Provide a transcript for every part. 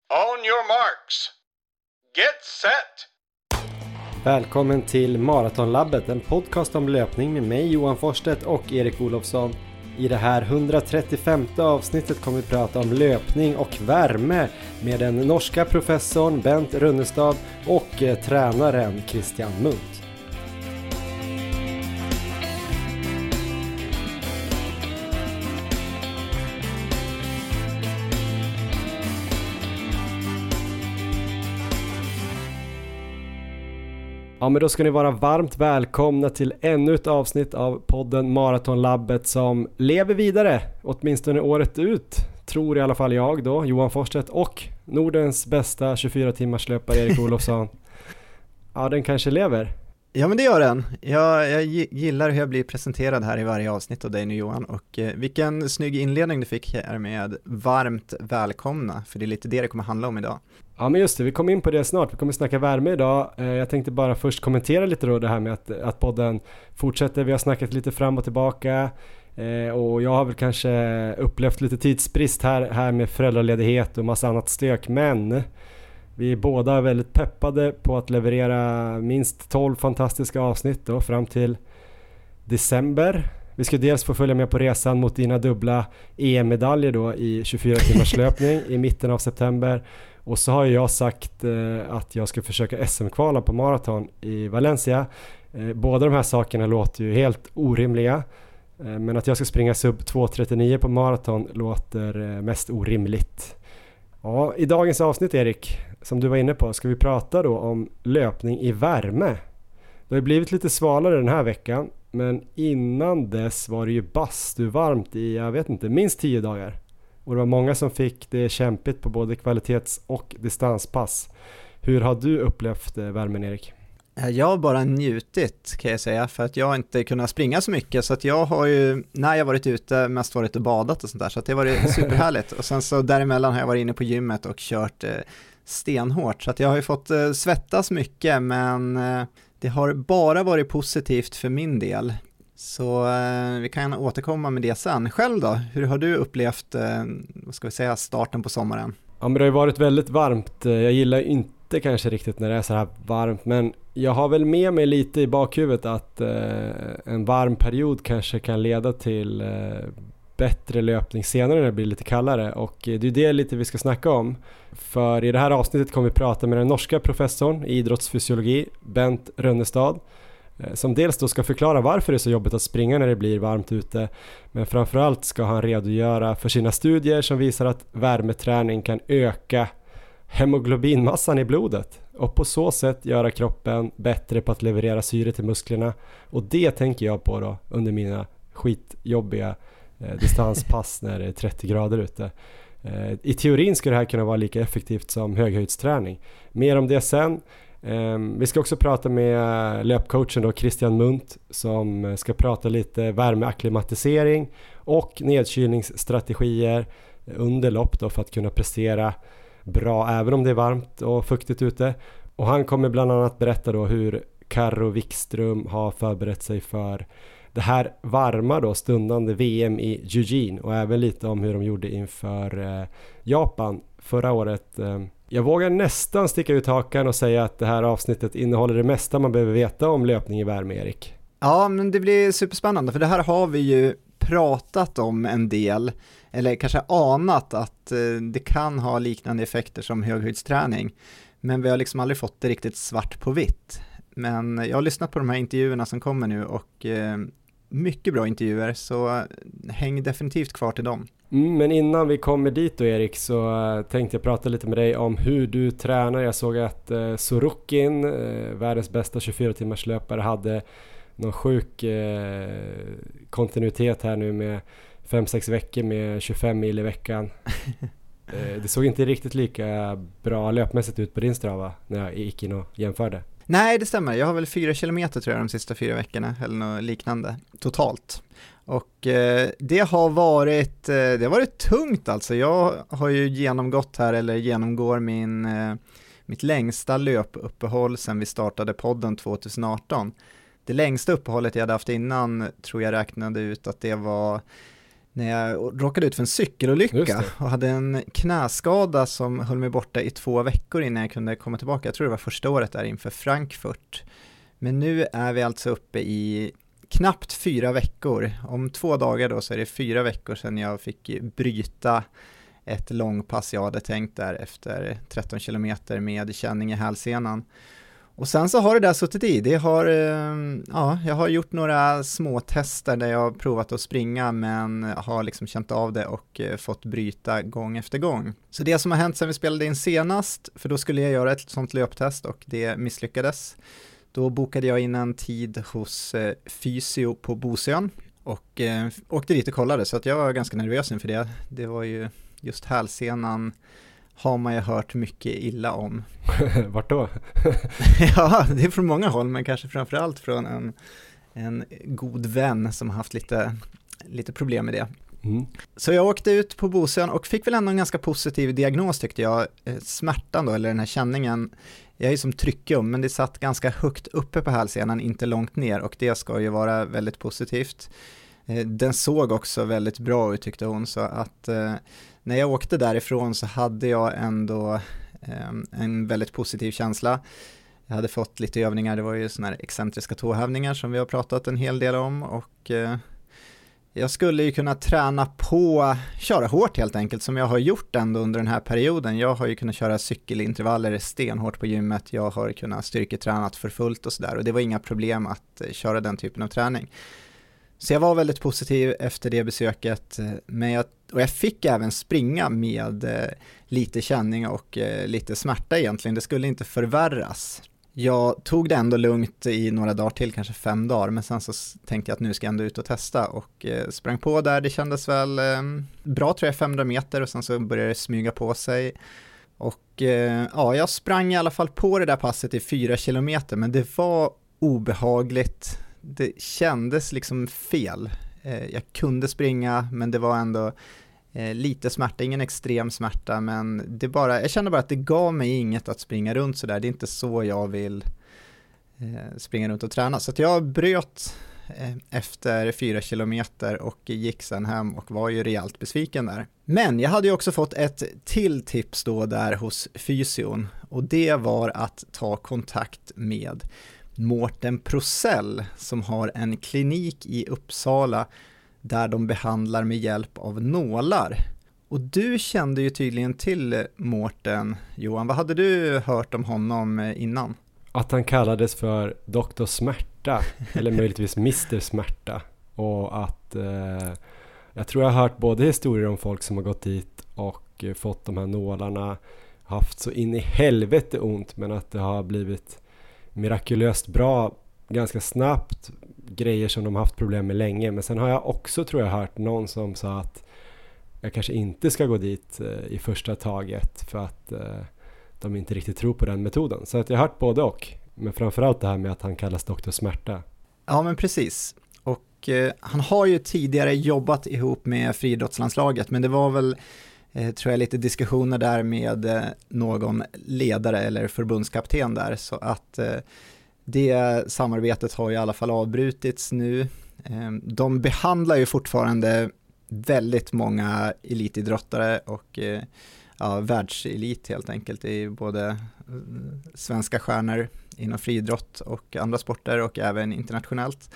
On your marks. Get set! Välkommen till Maratonlabbet, en podcast om löpning med mig Johan Forsstedt och Erik Olofsson. I det här 135:e avsnittet kommer vi prata om löpning och värme med den norska professorn Bent Runnestad och tränaren Christian Munt. Ja, men då ska ni vara varmt välkomna till ännu ett avsnitt av podden Maratonlabbet som lever vidare, åtminstone året ut, tror i alla fall jag då, Johan Forsstedt, och Nordens bästa 24-timmarslöpare Erik Olofsson. Ja, den kanske lever. Ja, men det gör den. Jag gillar hur jag blir presenterad här i varje avsnitt av dig nu, Johan, och vilken snygg inledning du fick här med varmt välkomna, för det är lite det kommer handla om idag. Ja, men just det, vi kommer in på det snart. Vi kommer snacka värme idag. Jag tänkte bara först kommentera lite då det här med att podden fortsätter. Vi har snackat lite fram och tillbaka och jag har väl kanske upplevt lite tidsbrist här med föräldraledighet och massa annat stök, men vi är båda väldigt peppade på att leverera minst 12 fantastiska avsnitt då fram till december. Vi ska dels få följa med på resan mot dina dubbla EM-medaljer då i 24-timmarslöpning i mitten av september. Och så har jag sagt att jag ska försöka SM-kvala på maraton i Valencia. Båda de här sakerna låter ju helt orimliga. Men att jag ska springa sub 2:39 på maraton låter mest orimligt. Ja, i dagens avsnitt, Erik, som du var inne på, ska vi prata då om löpning i värme. Det har blivit lite svalare den här veckan, men innan dess var det ju bastuvarmt i, jag vet inte, minst 10 dagar. Och det var många som fick det kämpigt på både kvalitets- och distanspass. Hur har du upplevt värmen, Erik? Jag har bara njutit, kan jag säga, för att jag inte kunnat springa så mycket, så att jag har ju, när jag varit ute, mest varit och badat och sånt där, så att det var superhärligt. Och sen så däremellan har jag varit inne på gymmet och kört stenhårt, så att jag har ju fått svettas mycket, men det har bara varit positivt för min del. Så vi kan återkomma med det sen. Själv då, hur har du upplevt vad ska vi säga, starten på sommaren? Ja, men det har ju varit väldigt varmt. Jag gillar inte kanske riktigt när det är så här varmt, men jag har väl med mig lite i bakhuvudet att en varm period kanske kan leda till bättre löpning senare när det blir lite kallare, och det är det lite vi ska snacka om. För i det här avsnittet kommer vi prata med den norska professorn i idrottsfysiologi Bent Runnestad, som dels då ska förklara varför det är så jobbigt att springa när det blir varmt ute, men framförallt ska han redogöra för sina studier som visar att värmeträning kan öka hemoglobinmassan i blodet och på så sätt göra kroppen bättre på att leverera syre till musklerna. Och det tänker jag på då under mina skitjobbiga distanspass när det är 30 grader ute. I teorin ska det här kunna vara lika effektivt som höghöjdsträning. Mer om det sen. Vi ska också prata med löpcoachen då, Christian Munt, som ska prata lite värmeakklimatisering och nedkylningsstrategier under lopp då för att kunna prestera bra även om det är varmt och fuktigt ute. Och han kommer bland annat berätta då hur Karo Wikström har förberett sig för det här varma då stundande VM i Eugene, och även lite om hur de gjorde inför Japan förra året. Jag vågar nästan sticka ut hakan och säga att det här avsnittet innehåller det mesta man behöver veta om löpning i värme, Erik. Ja, men det blir superspännande, för det här har vi ju pratat om en del, eller kanske anat att det kan ha liknande effekter som höghöjdsträning, men vi har liksom aldrig fått det riktigt svart på vitt. Men jag har lyssnat på de här intervjuerna som kommer nu, och mycket bra intervjuer, så häng definitivt kvar till dem. Men innan vi kommer dit då, Erik, så tänkte jag prata lite med dig om hur du tränar. Jag såg att Sorokin, världens bästa 24-timmarslöpare, hade någon sjuk kontinuitet här nu med 5-6 veckor med 25 mil i veckan. Det såg inte riktigt lika bra löpmässigt ut på din Strava när jag gick in och jämförde. Nej, det stämmer. Jag har väl 4 kilometer tror jag de sista 4 veckorna eller något liknande totalt. Och det har varit tungt alltså. Jag har ju genomgått här, eller genomgår mitt längsta löpuppehåll sedan vi startade podden 2018. Det längsta uppehållet jag hade haft innan tror jag räknade ut att det var när jag råkade ut för en cykelolycka och hade en knäskada som höll mig borta i 2 veckor innan jag kunde komma tillbaka. Jag tror det var första året där inför Frankfurt. Men nu är vi alltså uppe i knappt 4 veckor. Om 2 dagar då så är det 4 veckor sedan jag fick bryta ett långpass jag hade tänkt där efter 13 kilometer med känning i hälsenan. Och sen så har det där suttit i. Jag har gjort några små tester där jag har provat att springa men har liksom känt av det och fått bryta gång efter gång. Så det som har hänt sen vi spelade in senast, för då skulle jag göra ett sånt löptest och det misslyckades. Då bokade jag in en tid hos fysio på Bosön och åkte dit och kollade, så att jag var ganska nervös inför det. Det var ju just hälsenan har man ju hört mycket illa om. Vart då? Ja, det är från många håll, men kanske framförallt från en god vän som har haft lite problem med det. Mm. Så jag åkte ut på Bosön och fick väl ändå en ganska positiv diagnos tyckte jag. Smärtan då, eller den här känningen, jag är ju som tryckum, men det satt ganska högt uppe på hälsenan, inte långt ner, och det ska ju vara väldigt positivt. Den såg också väldigt bra ut tyckte hon, så att när jag åkte därifrån så hade jag ändå en väldigt positiv känsla. Jag hade fått lite övningar, det var ju såna här excentriska tåhävningar som vi har pratat en hel del om, och jag skulle ju kunna träna på, köra hårt helt enkelt, som jag har gjort ändå under den här perioden. Jag har ju kunnat köra cykelintervaller stenhårt på gymmet, jag har kunnat styrketränat för fullt och sådär, och det var inga problem att köra den typen av träning. Så jag var väldigt positiv efter det besöket, men jag fick även springa med lite känning och lite smärta egentligen. Det skulle inte förvärras. Jag tog det ändå lugnt i några dagar till, kanske 5 dagar, men sen så tänkte jag att nu ska jag ändå ut och testa och sprang på där. Det kändes väl bra, tror jag, 500 meter, och sen så började det smyga på sig. Och jag sprang i alla fall på det där passet i 4 kilometer, men det var obehagligt. Det kändes liksom fel. Jag kunde springa, men det var ändå lite smärta, ingen extrem smärta, men jag kände bara att det gav mig inget att springa runt så där. Det är inte så jag vill springa runt och träna. Så att jag bröt efter 4 kilometer och gick sen hem och var ju rejält besviken där. Men jag hade ju också fått ett till tips då där hos fysion, och det var att ta kontakt med Mårten Prosell som har en klinik i Uppsala där de behandlar med hjälp av nålar. Och du kände ju tydligen till Mårten, Johan. Vad hade du hört om honom innan? Att han kallades för Dr. Smärta eller möjligtvis Mr. Smärta, och att jag tror jag har hört både historier om folk som har gått dit och fått de här nålarna, haft så in i helvete ont, men att det har blivit mirakulöst bra ganska snabbt, grejer som de haft problem med länge. Men sen har jag också, tror jag, hört någon som sa att jag kanske inte ska gå dit i första taget för att de inte riktigt tror på den metoden. Så att jag har hört både och, men framförallt det här med att han kallas Dr. Smärta. Ja, men precis. Och han har ju tidigare jobbat ihop med friidrottslandslaget, men det var väl tror jag lite diskussioner där med någon ledare eller förbundskapten där, så att det samarbetet har i alla fall avbrutits nu. De behandlar ju fortfarande väldigt många elitidrottare och världselit helt enkelt, i både svenska stjärnor inom friidrott och andra sporter och även internationellt.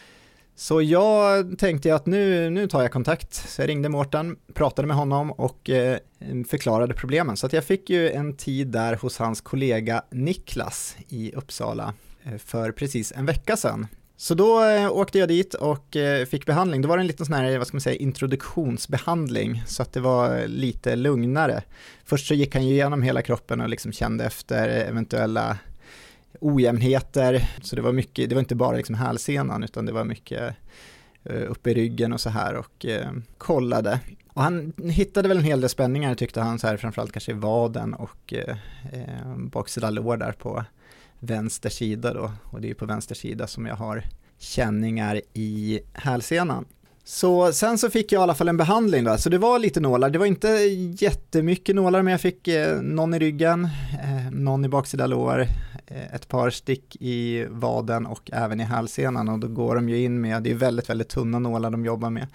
Så jag tänkte att nu tar jag kontakt. Så jag ringde Mårten, pratade med honom och förklarade problemen. Så att jag fick ju en tid där hos hans kollega Niklas i Uppsala för precis en vecka sedan. Så då åkte jag dit och fick behandling. Det var en liten sån här, introduktionsbehandling, så att det var lite lugnare. Först så gick han ju igenom hela kroppen och liksom kände efter eventuella ojämnheter, så det var mycket, det var inte bara liksom hälsenan, utan det var mycket uppe i ryggen och så här, och kollade. Och han hittade väl en hel del spänningar, tyckte han, så här, framförallt kanske i vaden och baksida lår där på vänster sida då, och det är på vänster sida som jag har känningar i hälsenan. Så sen så fick jag i alla fall en behandling då, så det var lite nålar, det var inte jättemycket nålar, men jag fick någon i ryggen, någon i baksida lår, ett par stick i vaden och även i hälsenan, och då går de ju in med, det är väldigt, väldigt tunna nålar de jobbar med,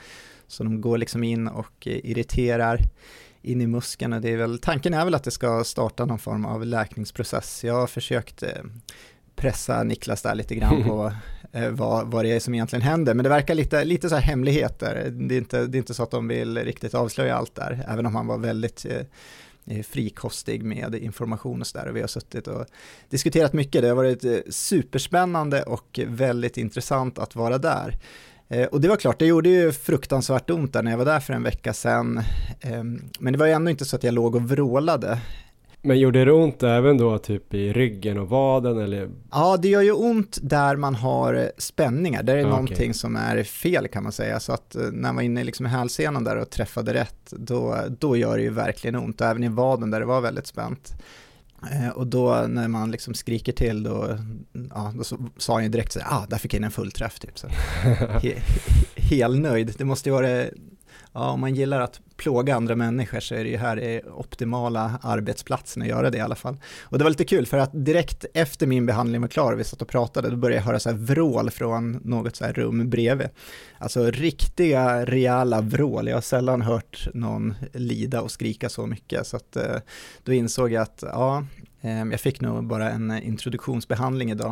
Så de går liksom in och irriterar in i muskeln, och tanken är väl att det ska starta någon form av läkningsprocess. Jag har försökt pressa Niklas där lite grann på vad det är som egentligen händer, men det verkar lite så här hemligheter. Det är inte så att de vill riktigt avslöja allt där, även om han var väldigt frikostig med information och så där, och vi har suttit och diskuterat mycket. Det har varit superspännande och väldigt intressant att vara där. Och det var klart, det gjorde ju fruktansvärt ont där när jag var där för en vecka sedan, men det var ju ändå inte så att jag låg och vrålade. Men gjorde det ont även då typ i ryggen och vaden eller? Ja, det gör ju ont där man har spänningar. Där är någonting som är fel, kan man säga. Så att när man var inne liksom i hälsenan där och träffade rätt, då gör det ju verkligen ont. Och även i vaden där det var väldigt spänt. Och då när man liksom skriker till, då sa han ju direkt så där fick jag in en fullträff typ. Så. Helt nöjd. Det måste ju vara... Ja, om man gillar att plåga andra människor så är det ju här optimala arbetsplatsen att göra det i alla fall. Och det var lite kul för att direkt efter min behandling var klar och vi satt och pratade, då började jag höra så här vrål från något så här rum bredvid. Alltså riktiga, rejäla vrål. Jag har sällan hört någon lida och skrika så mycket, så att då insåg jag att jag fick nog bara en introduktionsbehandling idag.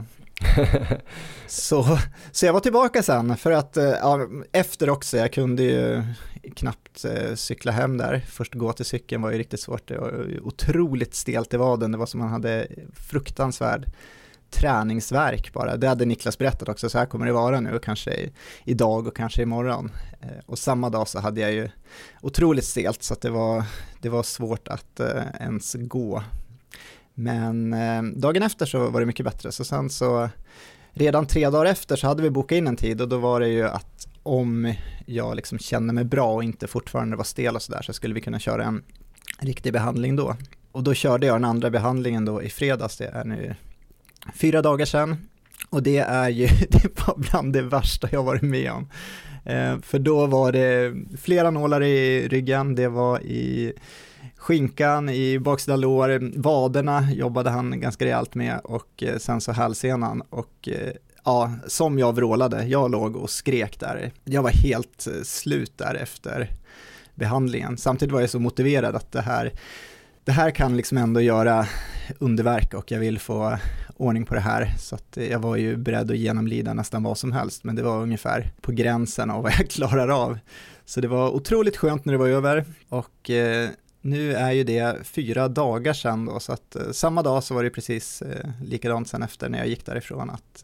Så jag var tillbaka sen för att efter också, jag kunde ju knappt cykla hem där. Först gå till cykeln var ju riktigt svårt. Det var otroligt stelt i vaden. Det var som man hade fruktansvärd träningsvärk bara. Det hade Niklas berättat också, så här kommer det vara nu, kanske idag och kanske imorgon. Och samma dag så hade jag ju otroligt stelt, så att det var svårt att ens gå. Men dagen efter så var det mycket bättre. Så sen så redan 3 dagar efter så hade vi bokat in en tid, och då var det ju att om jag liksom kände mig bra och inte fortfarande var stel och sådär, så skulle vi kunna köra en riktig behandling då. Och då körde jag den andra behandlingen då i fredags. Det är nu 4 dagar sedan, och det var bland det värsta jag varit med om. För då var det flera nålar i ryggen, det var i skinkan, i baksida lår, vaderna jobbade han ganska rejält med, och sen så hälsenan, och som jag vrålade, jag låg och skrek där. Jag var helt slut där efter behandlingen. Samtidigt var jag så motiverad att det här kan liksom ändå göra underverk, och jag vill få ordning på det här, så att jag var ju beredd att genomlida nästan vad som helst, men det var ungefär på gränsen av vad jag klarar av. Så det var otroligt skönt när det var över, och nu är ju det 4 dagar sedan då, så att samma dag så var det precis likadant sen efter när jag gick därifrån, att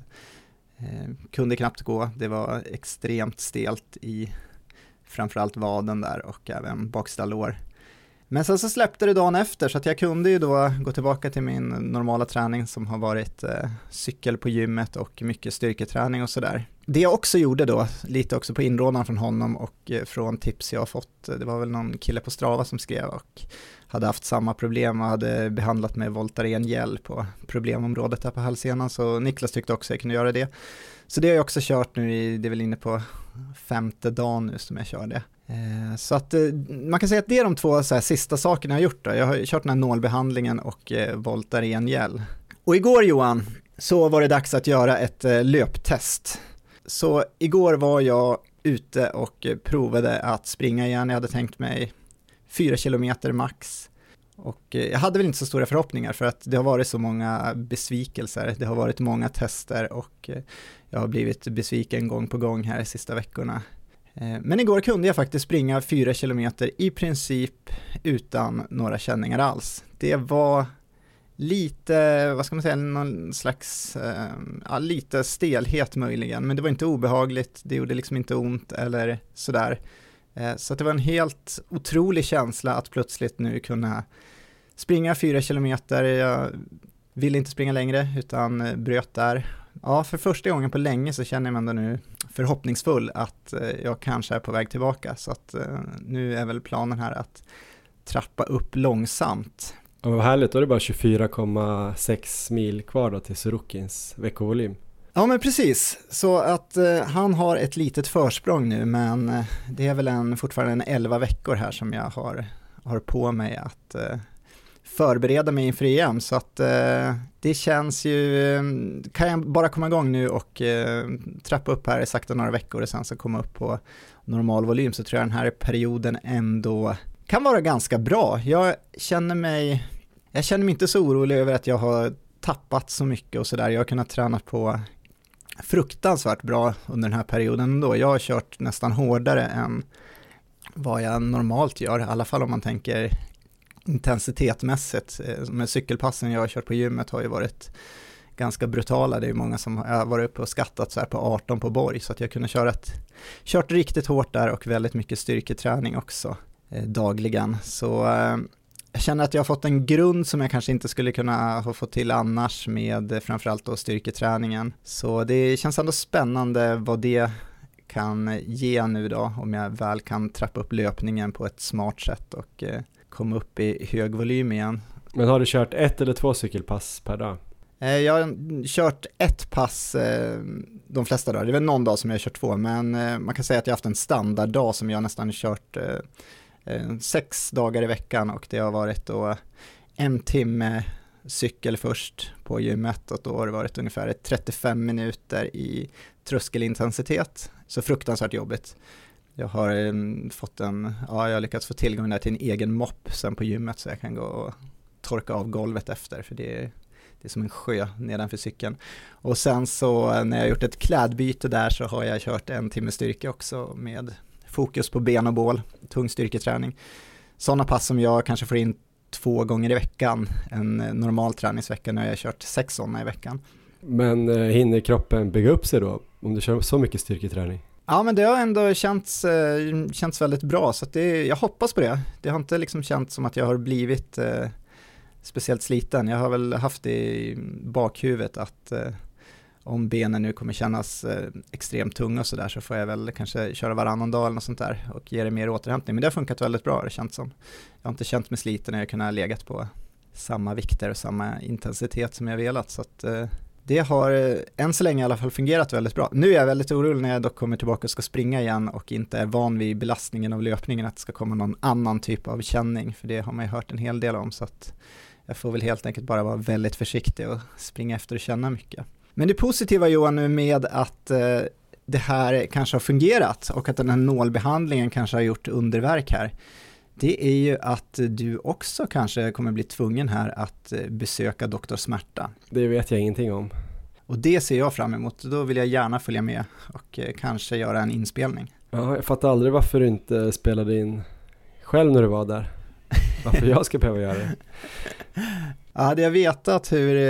kunde knappt gå. Det var extremt stelt i framförallt vaden där och även baksida lår. Men sen så släppte det dagen efter, så att jag kunde ju då gå tillbaka till min normala träning som har varit cykel på gymmet och mycket styrketräning och sådär. Det jag också gjorde då, lite också på inrådan från honom och från tips jag har fått, det var väl någon kille på Strava som skrev och hade haft samma problem och hade behandlat med Voltaren gel på problemområdet där på hälsenan, så Niklas tyckte också jag kunde göra det. Så det har jag också kört nu det är väl inne på 5:e dagen nu som jag kör det. Så att man kan säga att det är de 2 så här sista sakerna jag har gjort då. Jag har kört den här nålbehandlingen och Voltaren gel. Och igår, Johan, så var det dags att göra ett löptest. Så igår var jag ute och provade att springa igen. Jag hade tänkt mig 4 kilometer max. Och jag hade väl inte så stora förhoppningar, för att det har varit så många besvikelser. Det har varit många tester och jag har blivit besviken gång på gång här de sista veckorna. Men igår kunde jag faktiskt springa 4 kilometer i princip utan några känningar alls. Det var lite, vad ska man säga, någon slags, lite stelhet möjligen, men det var inte obehagligt, det gjorde liksom inte ont eller sådär. Så det var en helt otrolig känsla att plötsligt nu kunna springa 4 kilometer. Jag ville inte springa längre utan bröt där. Ja, för första gången på länge så känner jag mig ändå nu förhoppningsfull att jag kanske är på väg tillbaka. Så att nu är väl planen här att trappa upp långsamt. Ja, vad härligt, då är det bara 24,6 mil kvar då till Sorokins veckovolym. Ja, men precis. Så att han har ett litet försprång nu, men det är väl fortfarande 11 veckor här som jag har på mig att förbereda mig inför EM, så att det känns ju, kan jag bara komma igång nu och trappa upp här i sakta några veckor och sen så komma upp på normal volym, så tror jag den här perioden ändå kan vara ganska bra. Jag känner mig inte så orolig över att jag har tappat så mycket och sådär. Jag har kunnat träna på fruktansvärt bra under den här perioden ändå. Jag har kört nästan hårdare än vad jag normalt gör, i alla fall om man tänker intensitetmässigt. Med cykelpassen jag har kört på gymmet har ju varit ganska brutala. Det är många som har varit uppe och skattat så här på 18 på Borg, så att jag kunde kört riktigt hårt där och väldigt mycket styrketräning också dagligen. Så jag känner att jag har fått en grund som jag kanske inte skulle kunna ha fått till annars med framförallt då styrketräningen. Så det känns ändå spännande vad det kan ge nu då, om jag väl kan trappa upp löpningen på ett smart sätt och komma upp i hög volym igen. Men har du kört 1 eller 2 cykelpass per dag? Jag har kört 1 pass de flesta dagar. Det är väl någon dag som jag har kört 2, men man kan säga att jag har haft en standarddag som jag nästan kört 6 dagar i veckan, och det har varit då 1 timme cykel först på gymmet, och då har det varit ungefär 35 minuter i tröskelintensitet. Så fruktansvärt jobbigt. Jag har jag har lyckats få tillgång där till en egen mopp sen på gymmet, så jag kan gå och torka av golvet efter, för det är som en sjö nedanför cykeln. Och sen så när jag har gjort ett klädbyte där, så har jag kört 1 timme styrka också med fokus på ben och bål, tung styrketräning. Sådana pass som jag kanske får in 2 gånger i veckan, en normal träningsvecka, när jag har kört 6 sådana i veckan. Men hinner kroppen bygga upp sig då, om du kör så mycket styrketräning? Ja, men det har ändå känts väldigt bra, så att jag hoppas på det. Det har inte liksom känts som att jag har blivit speciellt sliten. Jag har väl haft det i bakhuvudet att om benen nu kommer kännas extremt tunga och sådär, så får jag väl kanske köra varannan dag eller något sånt där och ge det mer återhämtning. Men det har funkat väldigt bra, det känns som. Jag har inte känt mig sliten när jag kunnat ha legat på samma vikter och samma intensitet som jag velat, så att det har än så länge i alla fall fungerat väldigt bra. Nu är jag väldigt orolig när jag dock kommer tillbaka och ska springa igen och inte är van vid belastningen av löpningen, att det ska komma någon annan typ av känning, för det har man ju hört en hel del om, så att jag får väl helt enkelt bara vara väldigt försiktig och springa efter och känna mycket. Men det positiva, Johan, nu med att det här kanske har fungerat och att den här nålbehandlingen kanske har gjort underverk här, det är ju att du också kanske kommer bli tvungen här att besöka Dr. Smärta. Det vet jag ingenting om. Och det ser jag fram emot. Då vill jag gärna följa med och kanske göra en inspelning. Ja, jag fattar aldrig varför du inte spelade in själv när du var där. Varför jag ska behöva göra det. Hade jag vetat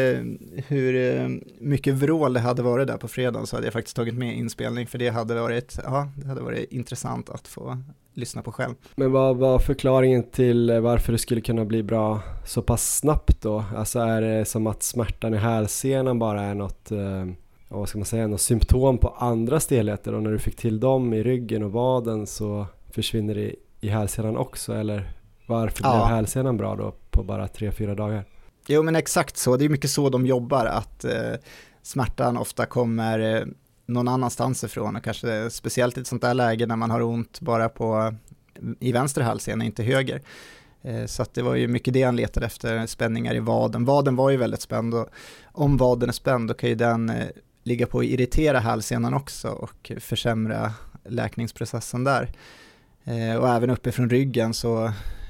hur mycket vrål det hade varit där på fredagen, så hade jag faktiskt tagit med inspelning, för det hade varit intressant att få lyssna på själv. Men vad var förklaringen till varför det skulle kunna bli bra så pass snabbt då? Alltså är det som att smärtan i hälsenan bara är något, vad ska man säga, något symptom på andra stelheter, och när du fick till dem i ryggen och vaden så försvinner det i hälsenan också, eller varför blev hälsenan bra då på bara 3-4 dagar? Jo, men exakt så. Det är mycket så de jobbar, att smärtan ofta kommer någon annanstans ifrån, och kanske speciellt i ett sånt där läge när man har ont bara i vänster hälsena, inte höger. Så att det var ju mycket det han letade efter, spänningar i vaden. Vaden var ju väldigt spänd, och om vaden är spänd då kan ju den ligga på att irritera hälsenan också och försämra läkningsprocessen där. Och även uppifrån ryggen så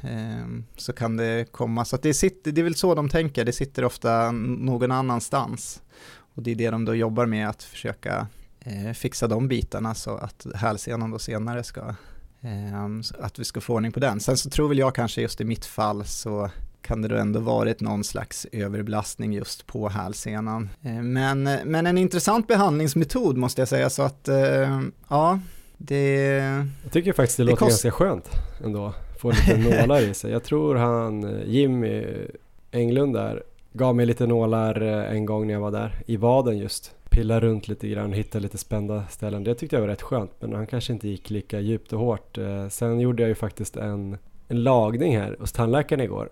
kan det komma. Så att det är väl så de tänker. Det sitter ofta någon annanstans. Och det är det de då jobbar med, att försöka fixa de bitarna så att hälsenan då senare att vi ska få ordning på den. Sen så tror väl jag kanske just i mitt fall så kan det då ändå varit någon slags överbelastning just på hälsenan. Men en intressant behandlingsmetod måste jag säga, så att ja, jag tycker faktiskt det låter ganska skönt ändå. Få lite nålar i sig. Jag tror Jimmy Englund där gav mig lite nålar en gång när jag var där i vaden, just pilla runt lite grann och hitta lite spända ställen. Det tyckte jag var rätt skönt, men han kanske inte gick lika djupt och hårt. Sen gjorde jag ju faktiskt en lagning här hos tandläkaren igår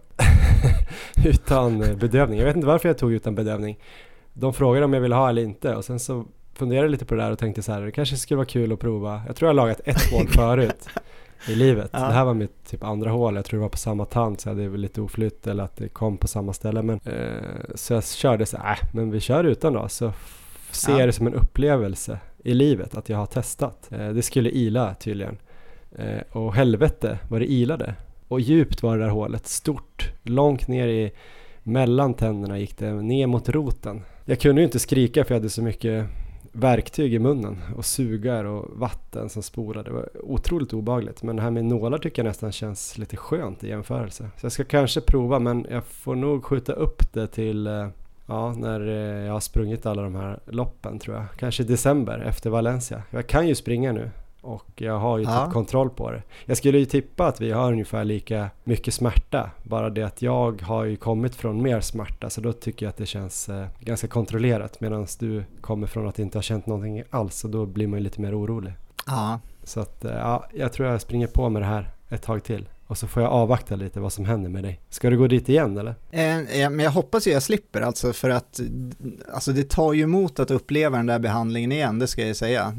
utan bedövning. Jag vet inte varför jag tog utan bedövning. De frågade om jag ville ha eller inte, och sen så funderade jag lite på det där och tänkte så här, det kanske skulle vara kul att prova. Jag tror jag har lagat ett hål förut. i livet. Ja. Det här var mitt typ andra hål. Jag tror det var på samma tand så jag hade väl lite oflytt eller att det kom på samma ställe. Men, så jag körde så här, men vi kör utan då. Så ser jag det som en upplevelse i livet att jag har testat. Det skulle ila tydligen. Och helvete vad det ilade. Och djupt var det där hålet. Stort. Långt ner i mellan tänderna gick det ner mot roten. Jag kunde ju inte skrika för jag hade så mycket verktyg i munnen och sugar och vatten som spolade. Det var otroligt obehagligt. Men det här med nålar tycker jag nästan känns lite skönt i jämförelse. Så jag ska kanske prova, men jag får nog skjuta upp det till när jag har sprungit alla de här loppen tror jag. Kanske i december efter Valencia. Jag kan ju springa nu. Och jag har ju typ kontroll på det. Jag skulle ju tippa att vi har ungefär lika mycket smärta. Bara det att jag har ju kommit från mer smärta. Så då tycker jag att det känns ganska kontrollerat. Medan du kommer från att inte ha känt någonting alls. Och då blir man ju lite mer orolig. Ja. Så att jag tror jag springer på med det här ett tag till. Och så får jag avvakta lite vad som händer med dig. Ska du gå dit igen eller? Men jag hoppas ju jag slipper alltså, för att alltså, det tar ju emot att uppleva den där behandlingen igen, det ska jag säga.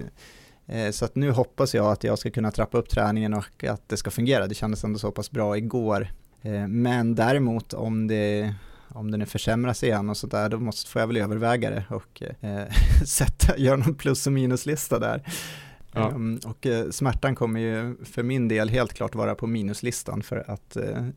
Så att nu hoppas jag att jag ska kunna trappa upp träningen och att det ska fungera. Det kändes ändå så pass bra igår. Men däremot om det nu försämras igen och sådär, då får jag väl överväga det och göra någon plus- och minuslista där. Ja. Och smärtan kommer ju för min del helt klart vara på minuslistan för att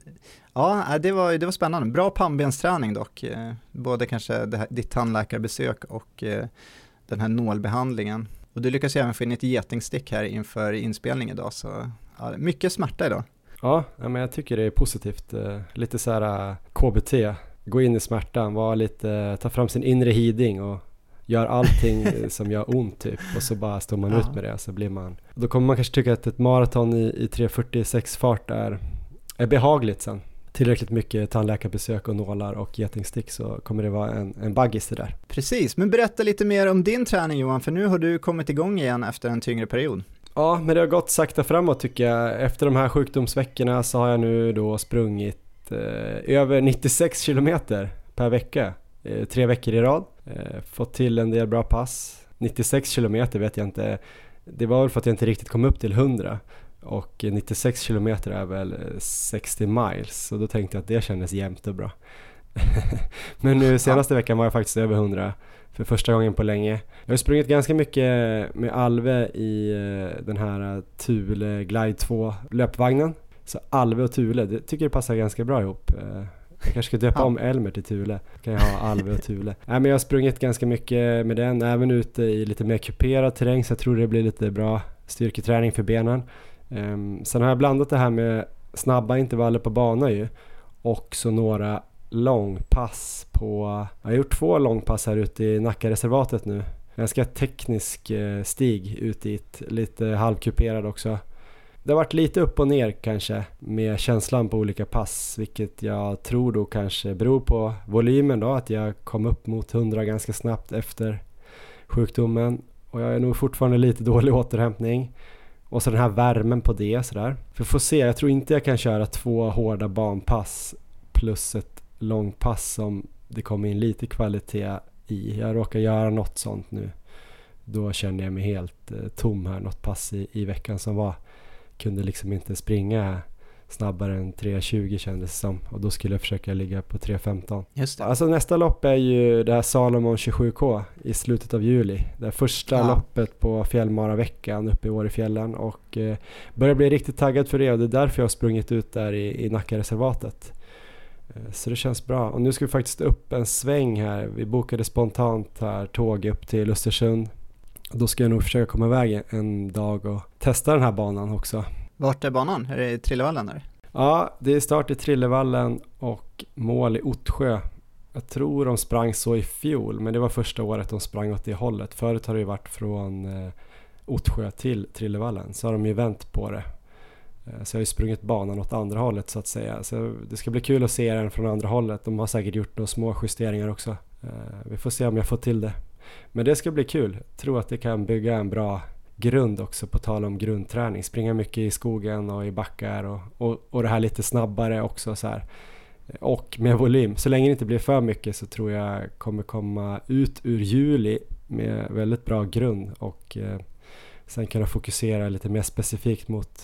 det var spännande. Bra pannbensträning dock. Både kanske ditt tandläkarbesök och den här nålbehandlingen. Och du lyckas även få in ett getingstick här inför inspelning idag. Så mycket smärta idag. Ja, men jag tycker det är positivt. Lite så här KBT. Gå in i smärtan. Ta fram sin inre healing och gör allting som gör ont typ. Och så bara står man ut med det. Så blir man... Då kommer man kanske tycka att ett maraton i 3:46 fart är behagligt sen. Tillräckligt mycket tandläkarbesök och nålar och getingstick så kommer det vara en baggis det där. Precis, men berätta lite mer om din träning Johan, för nu har du kommit igång igen efter en tyngre period. Ja, men det har gått sakta framåt tycker jag. Efter de här sjukdomsveckorna så har jag nu då sprungit över 96 kilometer per vecka. 3 veckor i rad. Fått till en del bra pass. 96 kilometer vet jag inte. Det var väl för att jag inte riktigt kom upp till 100. Och 96 kilometer är väl 60 miles. Så då tänkte jag att det kändes jämnt och bra. Men nu senaste veckan var jag faktiskt över 100 för första gången på länge. Jag har sprungit ganska mycket med Alve i den här Thule Glide 2 löpvagnen. Så Alve och Thule, det tycker jag passar ganska bra ihop. Jag kanske ska döpa om Elmer till Thule. Kan jag ha Alve och Thule. Men jag har sprungit ganska mycket med den. Även ute i lite mer kuperad terräng. Så jag tror det blir lite bra styrketräning för benen. Sen har jag blandat det här med snabba intervaller på bana ju. Och så några långpass på... Jag har gjort 2 långpass här ute i Nackareservatet nu. Ganska teknisk stig ut dit. Lite halvkuperad också. Det har varit lite upp och ner kanske med känslan på olika pass, vilket jag tror då kanske beror på volymen då, att jag kom upp mot 100 ganska snabbt efter sjukdomen och jag är nog fortfarande lite dålig återhämtning och så den här värmen på det sådär. För får se, jag tror inte jag kan köra 2 hårda banpass plus ett långpass som det kommer in lite kvalitet i. Jag råkar göra något sånt nu. Då kände jag mig helt tom här, något pass i veckan som var. Kunde liksom inte springa snabbare än 3:20 kändes som. Och då skulle jag försöka ligga på 3:15. Just det. Alltså nästa lopp är ju det här Salomon 27K i slutet av juli. Det är första loppet på fjällmaraveckan uppe i Årefjällen. Och börjar bli riktigt taggad för det. Och det är därför jag har sprungit ut där i Nackareservatet. Så det känns bra. Och nu ska vi faktiskt upp en sväng här. Vi bokade spontant här tåg upp till Östersund. Då ska jag nog försöka komma iväg en dag och testa den här banan också. Vart är banan? Är det i Trillevallen där? Ja, det är start i Trillevallen och mål i Ottsjö. Jag tror de sprang så i fjol, men det var första året de sprang åt det hållet. Förut har det ju varit från Ottsjö till Trillevallen, så har de ju vänt på det. Så jag har ju sprungit banan åt andra hållet så att säga. Så det ska bli kul att se den från andra hållet. De har säkert gjort några små justeringar också. Vi får se om jag får till det. Men det ska bli kul. Jag tror att det kan bygga en bra grund också på tal om grundträning. Springa mycket i skogen och i backar och det här lite snabbare också så här. Och med volym. Så länge det inte blir för mycket så tror jag kommer komma ut ur juli med väldigt bra grund och sen kunna fokusera lite mer specifikt mot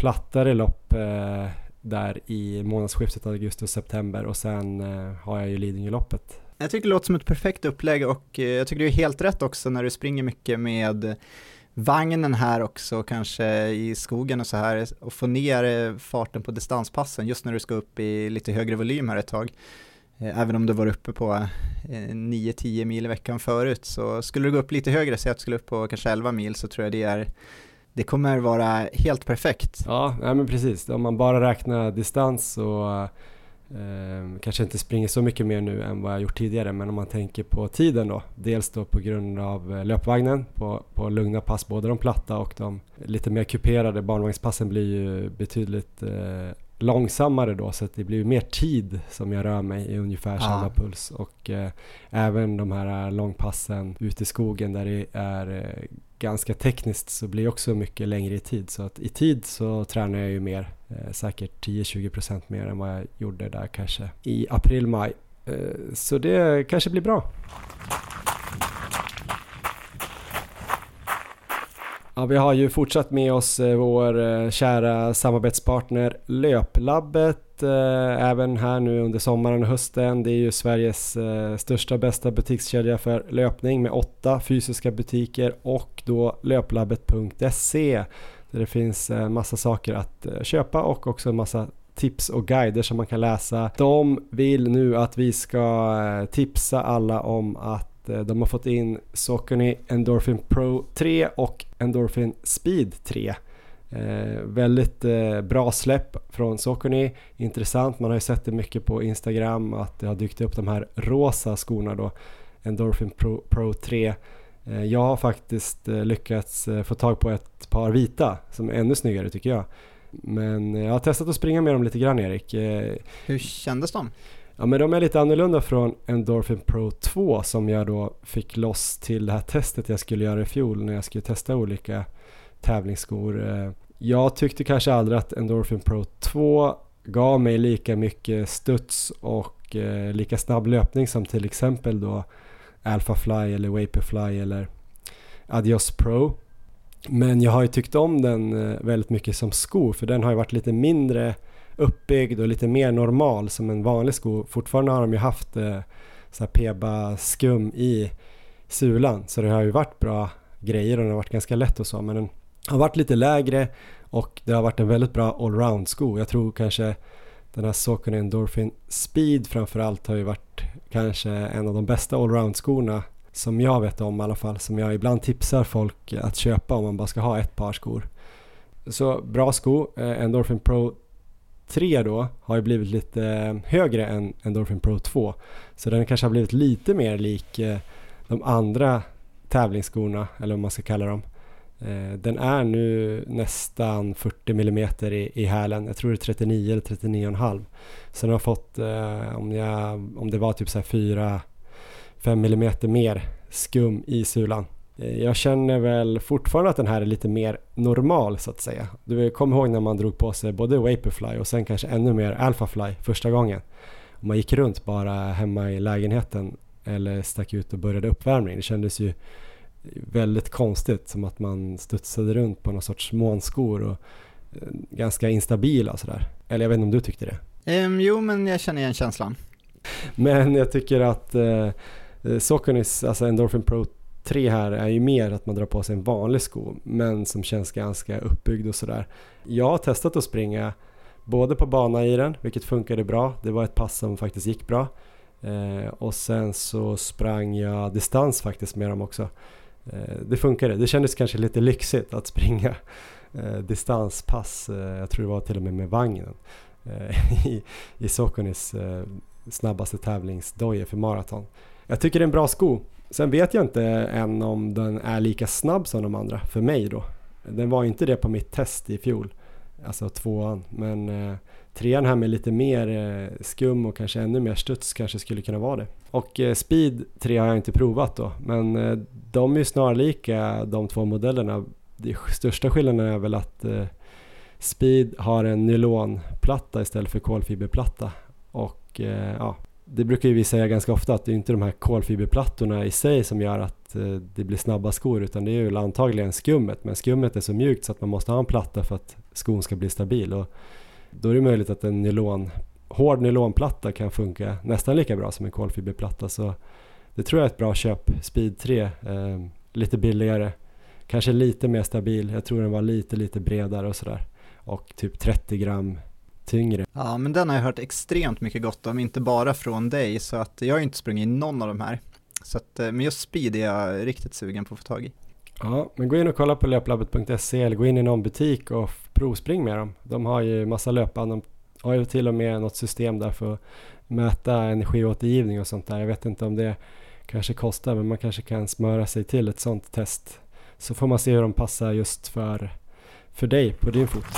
plattare lopp där i månadsskiftet augusti och september, och sen har jag ju Lidingöloppet. Jag tycker det låter som ett perfekt upplägg, och jag tycker det är helt rätt också när du springer mycket med vagnen här också, kanske i skogen och så här, och få ner farten på distanspassen just när du ska upp i lite högre volym här ett tag. Även om du var uppe på 9-10 mil i veckan förut, så skulle du gå upp lite högre, så att du skulle upp på kanske 11 mil, så tror jag det kommer vara helt perfekt. Ja, nej men precis. Om man bara räknar distans så kanske inte springer så mycket mer nu än vad jag gjort tidigare, men om man tänker på tiden då, dels då på grund av löpvagnen på lugna pass, både de platta och de lite mer kuperade barnvagnspassen blir ju betydligt långsammare då, så att det blir ju mer tid som jag rör mig i ungefär samma puls, och även de här långpassen ute i skogen där det är ganska tekniskt, så blir det också mycket längre i tid, så att i tid så tränar jag ju mer, säkert 10-20% mer än vad jag gjorde där kanske i april-maj, så det kanske blir bra. Ja, vi har ju fortsatt med oss vår kära samarbetspartner Löplabbet även här nu under sommaren och hösten. Det är ju Sveriges största bästa butikskedja för löpning med 8 fysiska butiker, och då löplabbet.se där det finns massa saker att köpa och också en massa tips och guider som man kan läsa. De vill nu att vi ska tipsa alla om att de har fått in Saucony Endorphin Pro 3 och Endorphin Speed 3. Väldigt bra släpp från Saucony. Intressant, man har ju sett det mycket på Instagram att det har dykt upp de här rosa skorna då, Endorphin Pro 3. Jag har faktiskt lyckats få tag på ett par vita som är ännu snyggare tycker jag. Men jag har testat att springa med dem lite grann, Erik. Hur kändes de? Ja, men de är lite annorlunda från Endorphin Pro 2 som jag då fick loss till det här testet jag skulle göra i fjol när jag skulle testa olika tävlingsskor. Jag tyckte kanske aldrig att Endorphin Pro 2 gav mig lika mycket studs och lika snabb löpning som till exempel då Alphafly eller Vaporfly eller Adios Pro. Men jag har ju tyckt om den väldigt mycket som sko, för den har ju varit lite mindre uppbyggd och lite mer normal som en vanlig sko. Fortfarande har de ju haft så här Peba skum i sulan, så det har ju varit bra grejer och den har varit ganska lätt och så, men den har varit lite lägre och det har varit en väldigt bra allround sko. Jag tror kanske den här Saucony Endorphin Speed framförallt har ju varit kanske en av de bästa allround skorna som jag vet om i alla fall, som jag ibland tipsar folk att köpa om man bara ska ha ett par skor. Så bra sko. Endorphin Pro 3 då har ju blivit lite högre än Endorphin Pro 2, så den kanske har blivit lite mer lik de andra tävlingsskorna, eller vad man ska kalla dem. Den är nu nästan 40 mm i hälen. Jag tror det är 39 eller 39,5. Så den har fått om det var typ så här 4-5 mm mer skum i sulan. Jag känner väl fortfarande att den här är lite mer normal så att säga. Du kommer ihåg när man drog på sig både Vaporfly och sen kanske ännu mer Alphafly första gången. Och man gick runt bara hemma i lägenheten eller stack ut och började uppvärmning. Det kändes ju väldigt konstigt, som att man studsade runt på någon sorts månskor och ganska instabila och sådär. Eller jag vet inte om du tyckte det? Jo, men jag känner igen känslan. Men jag tycker att Sauconys, alltså Endorphin Pro 3 här är ju mer att man drar på sig en vanlig sko, men som känns ganska uppbyggd och sådär. Jag har testat att springa både på bana i den, vilket funkade bra. Det var ett pass som faktiskt gick bra. Och sen så sprang jag distans faktiskt med dem också. Det funkade. Det kändes kanske lite lyxigt att springa distanspass. Jag tror det var till och med vagnen i Sauconys snabbaste tävlingsdoje för maraton. Jag tycker det är en bra sko. Sen vet jag inte än om den är lika snabb som de andra för mig då. Den var inte det på mitt test i fjol, alltså 2an, men 3an här med lite mer skum och kanske ännu mer studs kanske skulle kunna vara det. Och Speed 3 har jag inte provat då, men de är ju snarlika de två modellerna. Det största skillnaden är väl att Speed har en nylonplatta istället för kolfiberplatta, och ja, det brukar ju vi säga ganska ofta att det är inte de här kolfiberplattorna i sig som gör att det blir snabba skor, utan det är ju antagligen skummet, men skummet är så mjukt så att man måste ha en platta för att skon ska bli stabil, och då är det möjligt att en hård nylonplatta kan funka nästan lika bra som en kolfiberplatta, så det tror jag är ett bra köp. Speed 3, lite billigare, kanske lite mer stabil, jag tror den var lite bredare och sådär, och typ 30 gram tyngre. Ja, men den har jag hört extremt mycket gott om, inte bara från dig, så att jag har inte sprungit in någon av de här. Så att, men just Speed är jag riktigt sugen på att få tag i. Ja, men gå in och kolla på löplabbet.se eller gå in i någon butik och provspring med dem. De har ju massa löpband, de har ju till och med något system där för att mäta energiåtergivning och sånt där. Jag vet inte om det kanske kostar, men man kanske kan smöra sig till ett sånt test. Så får man se hur de passar just för dig på din fot.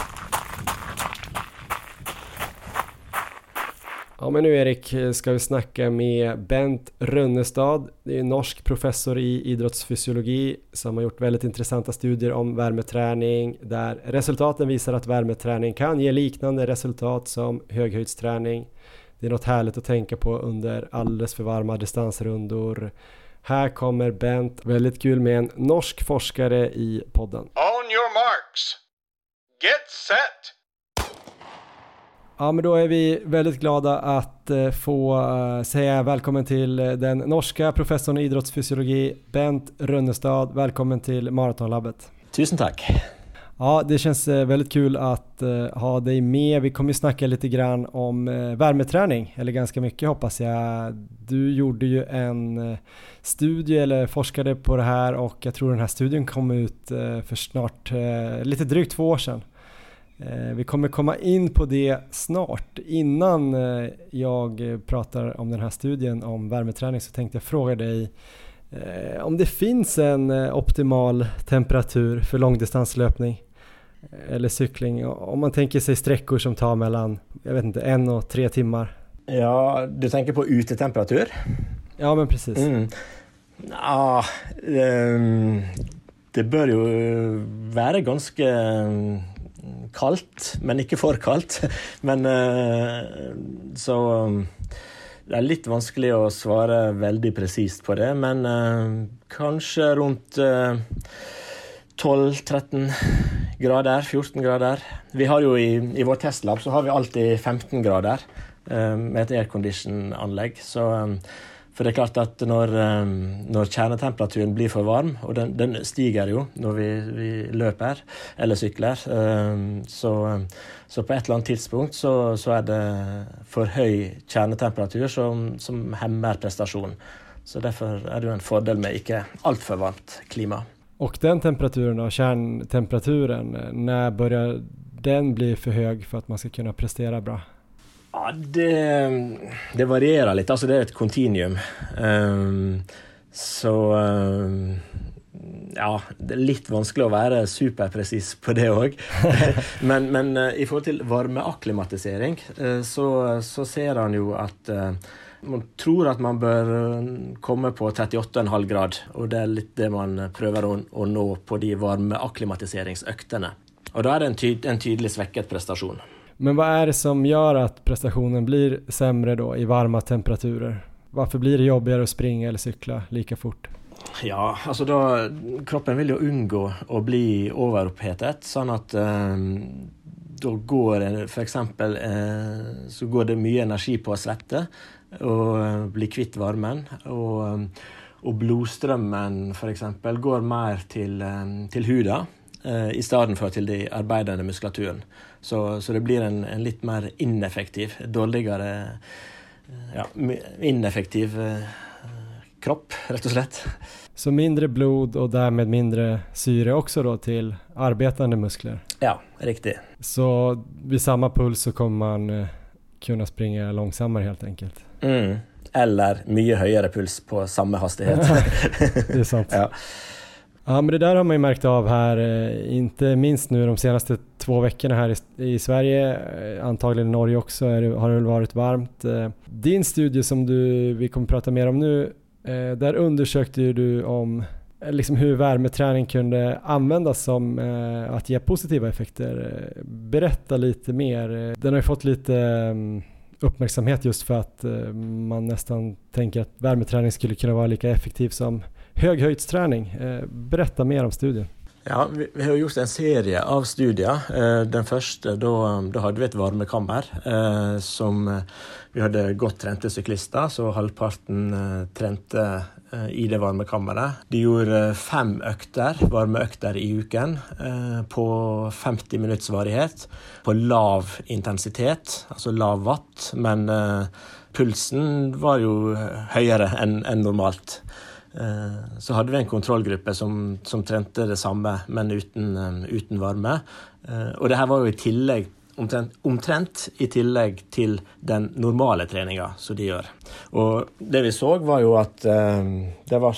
Ja, men nu Erik ska vi snacka med Bent Rønnestad. Det är en norsk professor i idrottsfysiologi som har gjort väldigt intressanta studier om värmeträning, där resultaten visar att värmeträning kan ge liknande resultat som höghöjdsträning. Det är något härligt att tänka på under alldeles för varma distansrundor. Här kommer Bent, väldigt kul med en norsk forskare i podden. On your marks. Get set. Ja, men då är vi väldigt glada att få säga välkommen till den norska professorn i idrottsfysiologi, Bent Rønnestad. Välkommen till Maratonlabbet. Tusen tack. Ja, det känns väldigt kul att ha dig med. Vi kommer ju snacka lite grann om värmeträning, eller ganska mycket hoppas jag. Du gjorde ju en studie eller forskade på det här, och jag tror den här studien kom ut för snart lite drygt 2 år sedan. Vi kommer komma in på det snart. Innan jag pratar om den här studien om värmeträning så tänkte jag fråga dig om det finns en optimal temperatur för långdistanslöpning eller cykling. Om man tänker sig sträckor som tar mellan, jag vet inte, 1 och 3 timmar. Ja, du tänker på utetemperatur? Ja, men precis. Ja, det bör ju vara ganska kallt, men ikke for kallt. Men så det er litt vanskelig å svare veldig presist på det, men kanskje rundt 12-13 grader, 14 grader. Vi har jo i vår testlab så har vi alltid 15 grader med et aircondition-anlegg, så for det er klart at når kjernetemperaturen blir for varm, og den stiger jo når vi løper eller sykler, så på et eller annet tidspunkt så er det for høy kjernetemperatur som hemmer prestasjon. Så derfor er det jo en fordel med ikke alt for varmt klima. Och den temperaturen och kärntemperaturen, när börjar den bli för hög för att man ska kunna prestera bra? Ja, det varierar lite. Alltså det är ett kontinuum. Ja, det är lite vanskelig att vara superprecis på det också. men i forhold till varmeakklimatisering så ser han ju att man tror att man bör komma på 38,5 grad, och det är lite det man prövar att nå på de varmeakklimatiseringsøktene. Och då är det en tydlig svekket prestation. Men vad är det som gör att prestationen blir sämre då i varma temperaturer? Varför blir det jobbigare att springa eller cykla lika fort? Ja, alltså då kroppen vill ju undgå att bli overopphetet, sånn at då går för exempel så går det mycket energi på att svette och bli kvitt varmen, och blodströmmen för exempel går mer till huda i stedet för till de arbeidende muskulaturen. Så det blir en litt mer ineffektiv, dårligere, ja, ineffektiv kropp, rett og slett. Så mindre blod och därmed mindre syre också då till arbetande muskler? Ja, riktigt. Så vid samma puls så kommer man kunna springa långsammare helt enkelt? Eller mycket högre puls på samma hastighet. Det är sant. Ja. Ja, men det där har man ju märkt av här, inte minst nu de senaste 2 veckorna här i Sverige, antagligen i Norge också har det väl varit varmt. Din studie som vi kommer prata mer om nu, där undersökte du om liksom hur värmeträning kunde användas som att ge positiva effekter. Berätta lite mer. Den har ju fått lite uppmärksamhet just för att man nästan tänker att värmeträning skulle kunna vara lika effektiv som Höghöjdsträning, berätta mer om studien. Ja, vi har gjort en serie av studier. Den første, da hadde vi et varmekammer som vi hadde godt trente syklister, så halvparten trente i det varmekammeret. De gjorde 5 varmeøkter i uken på 50 minutts varighet, på lav intensitet, altså lav watt, men pulsen var jo høyere enn normalt. Så hadde vi en kontrollgruppe som trente det samme, men uten varme. Og det her var jo i tillegg, omtrent i tillegg til den normale treningen som de gjør. Og det vi så var jo at det var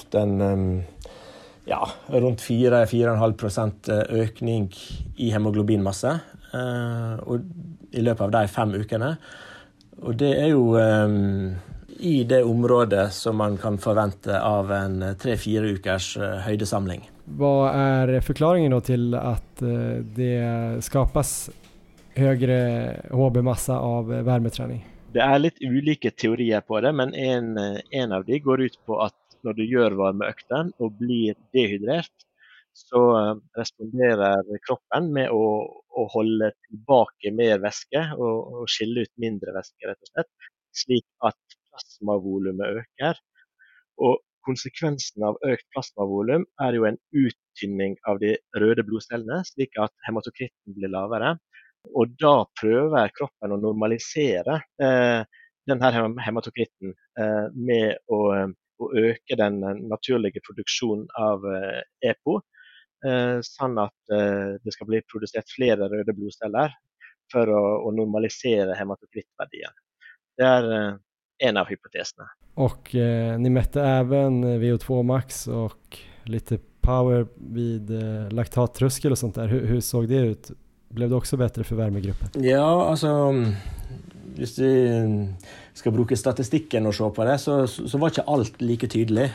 rundt 4,5% økning i hemoglobinmasse og i løpet av de 5 ukene. Og det er jo i det området som man kan forvente av en 3-4 ukers høydesamling. Vad är förklaringen då till att det skapas högre HB-massa av värmeträning? Det är lite olika teorier på det, men en av de går ut på att när du gör varmeøkten och blir dehydrert, så responderar kroppen med att hålla tillbaka mer vätske och skilja ut mindre vätske rätt och slett, slik att plasmavolumet ökar. Och konsekvensen av ökt plasmavolum är ju en uttynning av de röda blodcellerna, slik att hematokritten blir lavare. Och då prövar kroppen att normalisera den här hematokritten med att öka den naturliga produktionen av EPO, så att det ska bli producerat fler röda blodceller för att normalisera hematokrittvärden. Det är en av hypoteserna. Och ni mätte även VO2 max och lite power vid laktattröskel och sånt där. Hur såg det ut? Blev det också bättre för värmegruppen? Ja, alltså hvis vi skal bruke statistikken og se på det, så var ikke alt like tydelig.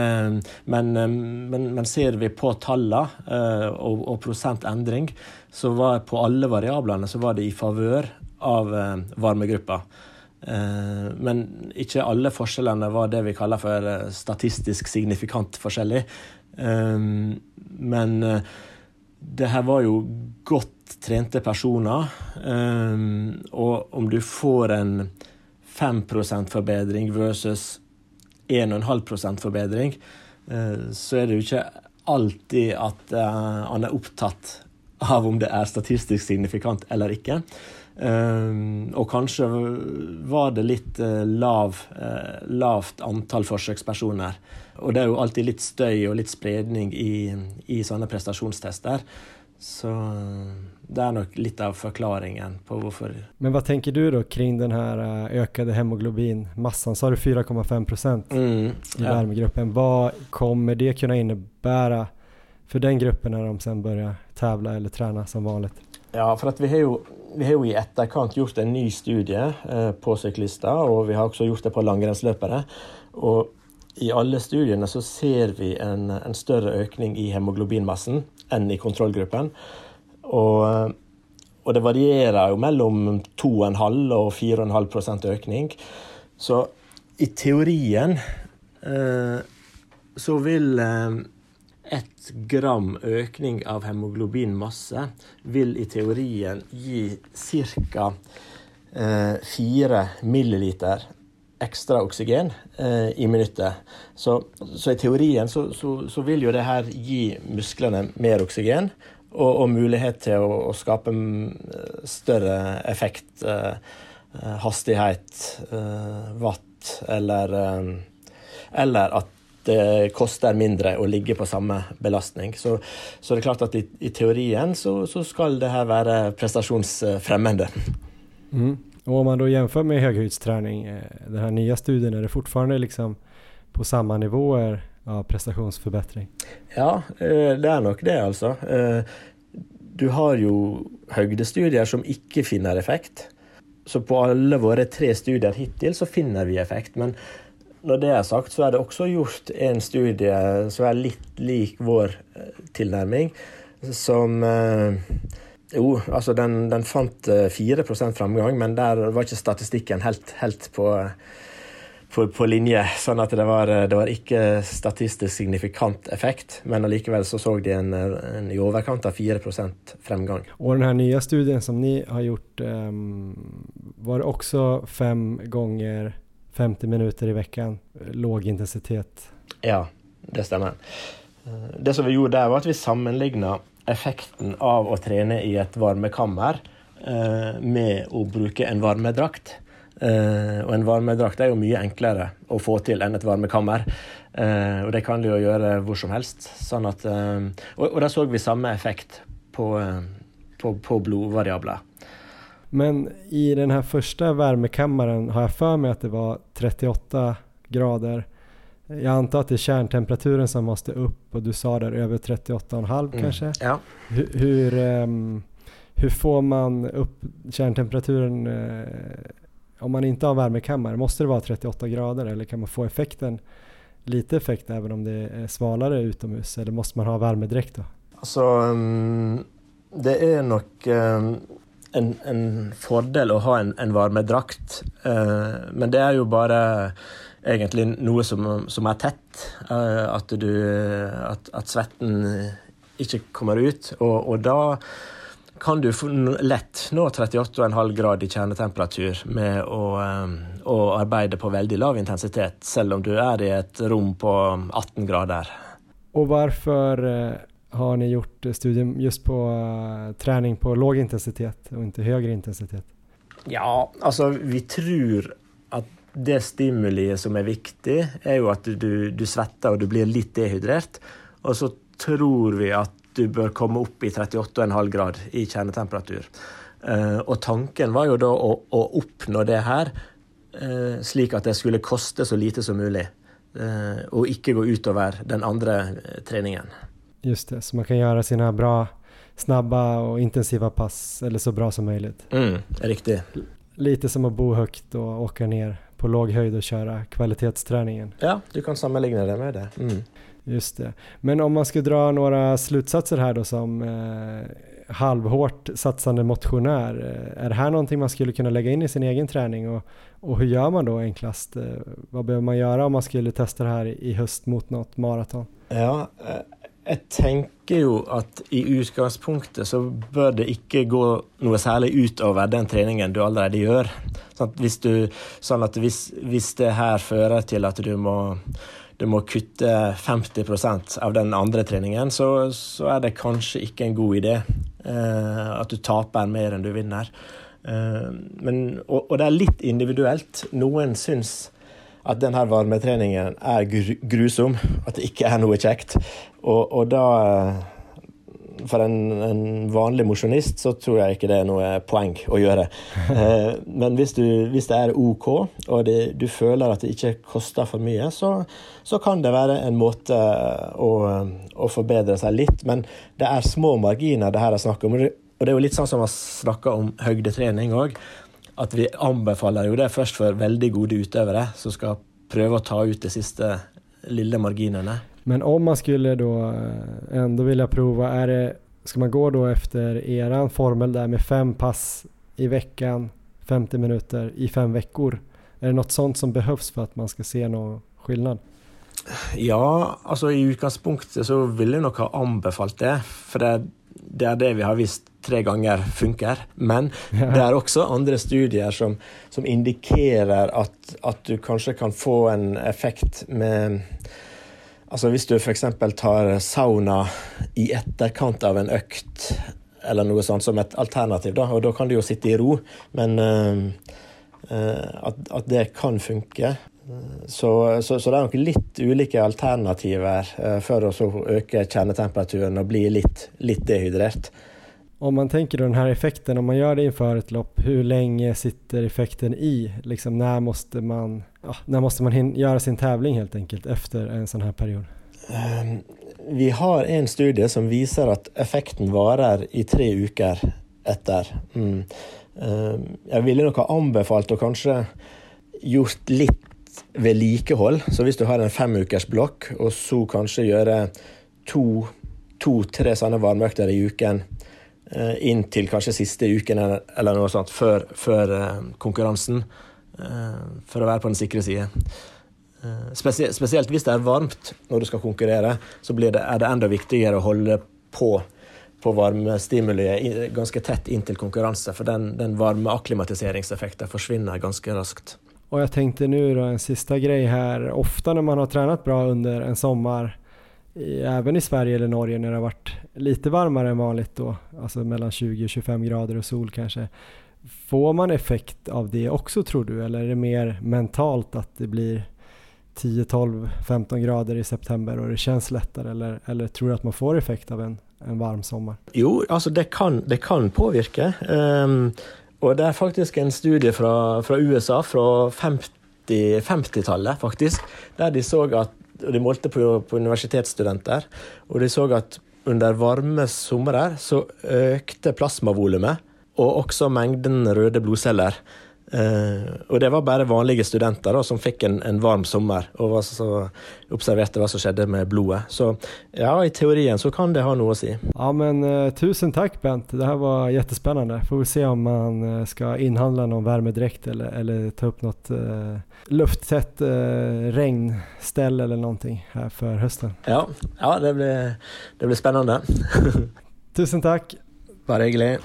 Men ser vi på tallene og prosentendring, så var på alle variablene så var det i favør av varmegruppa. Men ikke alle forskjellene var det vi kaller for statistisk signifikant forskjellig. Men det her var jo godt trente personer, og om du får en 5% forbedring versus 1,5% forbedring, så er det jo ikke alltid at han er opptatt av om det er statistisk signifikant eller ikke. Og kanskje var det litt lavt antall forsøkspersoner. Og det er jo alltid litt støy og litt spredning i sånne prestasjonstester. Så det är nog lite av förklaringen på varför. Men vad tänker du då kring den här ökade hemoglobinmassan? Så har du 4,5% i värmegruppen. Vad kommer det kunna innebära för den gruppen när de sen börjar tävla eller träna som vanligt? Ja, för att vi har ju i etterkant gjort en ny studie på cyklister, och vi har också gjort det på langrennsløpere. Och i alla studierna så ser vi en större ökning i hemoglobinmassen än i kontrollgruppen. Och det varierar ju mellan 2,5 och 4,5% ökning. Så i teorien så vill 1 gram ökning av hemoglobinmasse vill i teorien ge cirka 4 milliliter extra oxygen i minuttet. Så i teorien så vill ju det här ge musklerna mer oxygen och möjlighet till att skapa större effekt, hastighet, watt eller att det kostar mindre att ligga på samma belastning. Så det är klart att i teorien så ska det här vara prestationsfrämmande. Mm. Och om man då jämför med höghöjdsträning, den här nya studien, är det fortfarande liksom på samma nivåer av prestationsförbättring? Ja, det är nog det alltså. Du har ju högdestudier som inte finner effekt. Så på alla våra 3 studier hittills så finner vi effekt. Men när det är sagt så är det också gjort en studie som är lite lik vår tillnärmning. Som... alltså den fant 4% framgång, men där var inte statistiken helt på linje, sånn at det var ikke statistisk signifikant effekt, men allikevel så de en i overkant av 4% fremgang. Och den här nya studien som ni har gjort, var det också 5 gånger 50 minuter i veckan, låg intensitet? Ja, det stemmer. Det som vi gjorde der var at vi sammenlignet effekten av å trene i et varmekammer med å bruke en varmedrakt. Og en varmedrakt jo mye enklere å få til enn et varmekammer. Og det kan du jo gjøre hvor som helst. Sånn at, og der så vi samme effekt på blodvariabler. Men i den här första värmekammaren har jag för mig att det var 38 grader. Jag antar att det är kärntemperaturen som måste upp och du sa där över 38,5 kanske. Ja. Hur får man upp kärntemperaturen om man inte har värmekammare? Måste det vara 38 grader eller kan man få lite effekt även om det är svalare utomhus, eller måste man ha värmedräkt då? Alltså, det är nog en fördel att ha en varmedrakt, men det är ju bara egentligen något som är tätt, att svetten inte kommer ut, och då kan du lätt nå 38,5 grad i kärnetemperatur med att arbeta på väldigt lav intensitet, selv om du är i ett rum på 18 grader. Och varför har ni gjort studien just på träning på låg intensitet och inte högre intensitet? Ja, alltså vi tror att det stimuli som är viktigt är ju att du svettar och du blir lite dehydrerat, och så tror vi att du bör komma upp i 38,5 grad i kärnetemperatur. Och tanken var ju då att uppnå det här slik att det skulle kosta så lite som möjligt och inte gå ut över den andra träningen. Just det, så man kan göra sina bra, snabba och intensiva pass eller så bra som möjligt. Riktigt. Lite som att bo högt och åka ner på låg höjd och köra kvalitetsträningen. Ja, du kan sammanligna det med det. Just det. Men om man ska dra några slutsatser här då som halvhårt satsande motionär, är det här någonting man skulle kunna lägga in i sin egen träning, och hur gör man då enklast? Vad behöver man göra om man skulle testa det här i höst mot något maraton? Ja, jag tänker ju att i utgangspunktet så bör det inte gå något särskilt utöver den träningen du allerede gör. Sånn at hvis det här fører till att du må kutte 50% av den andra träningen, så är det kanske inte en god idé att du taper mer än du vinner. Men, och det är lite individuellt. Någon syns att den här varmeträningen är grusom, att det inte är något käckt. Och då, för en vanlig motionist så tror jag inte det är något poäng att göra. Men hvis det är OK, och du føler att det inte kostar för mycket, så kan det vara en måte att förbättra sig lite. Men det är små marginer det här är snack om. Och det är ju lite sånt som man snackar om höjdeträning också. Att vi anbefaler ju det först för väldigt goda utövare som ska pröva att ta ut de sista lilla marginerna. Men om man skulle då ändå vilja prova, ska man gå då efter eran formel där med 5 pass i veckan, 50 minuter i 5 veckor? Är det något sånt som behövs för att man ska se någon skillnad? Ja, alltså i utgangspunktet så vill jag nog ha anbefalt det, för det är det vi har visst 3 gånger funkar. Men det är också andra studier som indikerar att du kanske kan få en effekt med, alltså hvis du för exempel tar sauna i etterkant av en ökt eller något sånt som ett alternativ då, och då kan du ju sitta i ro, men att det kan funka. Så det är nog lite olika alternativer för att så öka kärntemperaturen och bli lite dehydrerat. Om man tänker då den här effekten, om man gör det inför ett lopp, hur länge sitter effekten i? Liksom, när måste man göra sin tävling helt enkelt efter en sån här period? Vi har en studie som visar att effekten varar i 3 veckor efter. Jag ville nog ha anbefalt och kanske gjort lite vedlikehold. Så hvis du har en 5 ukers blokk, og så kanskje gjøre 2-3 sånne varmeøkter i uken inn til kanskje siste uken eller noe sånt før konkurransen. for å være på den sikre siden. Spesielt hvis det er varmt når du skal konkurrere, så er det enda viktigere å holde på varmestimuliet ganske tett inntil konkurranse, for den varme akklimatiseringseffekten forsvinner ganske raskt. Och jag tänkte nu då en sista grej här. Ofta när man har tränat bra under en sommar, även i Sverige eller Norge när det har varit lite varmare än vanligt då, alltså mellan 20 och 25 grader och sol kanske, får man effekt av det också tror du? Eller är det mer mentalt att det blir 10, 12, 15 grader i september och det känns lättare? Eller tror du att man får effekt av en varm sommar? Jo, alltså det kan påvirke. Og det er faktisk en studie fra USA fra 50-tallet faktisk, der de så at, og de målte på universitetsstudenter, og de så at under varme sommerer så økte plasmavolumet og også mengden røde blodceller. Og det var bare vanlige studenter da, som fikk en varm sommer og observerte hva som skjedde med blodet. Så ja, i teorien så kan det ha noe å si. Ja, men tusen tack Bent, det här var jättespännande. Får vi se om man ska inhandla någon värmedräkt eller ta upp något lufttätt regnställ eller någonting här för hösten. Ja, det blir spännande. Tusen tack. Bare hyggelig.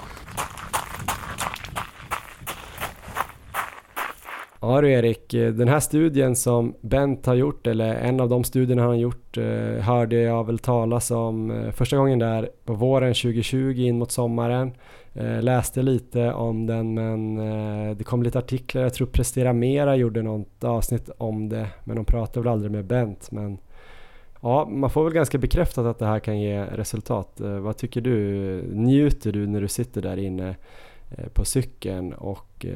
Ja du Erik, den här studien som Bent har gjort, eller en av de studierna han har gjort, hörde jag väl talas om första gången där på våren 2020 in mot sommaren. Läste lite om den, men det kom lite artiklar. Jag tror Prestera Mera gjorde något avsnitt om det, men de pratade väl aldrig med Bent. Men ja, man får väl ganska bekräftat att det här kan ge resultat. Vad tycker du? Njuter du när du sitter där inne på cykeln och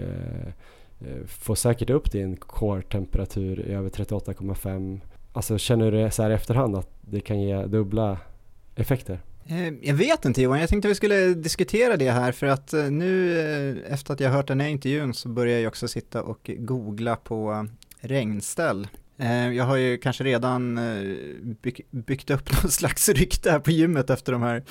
får säkert upp din core-temperatur i över 38,5. Alltså känner du så här i efterhand att det kan ge dubbla effekter? Jag vet inte Johan, jag tänkte vi skulle diskutera det här för att nu efter att jag hört den här intervjun så börjar jag också sitta och googla på regnställ. Jag har ju kanske redan byggt upp någon slags rykte här på gymmet efter de här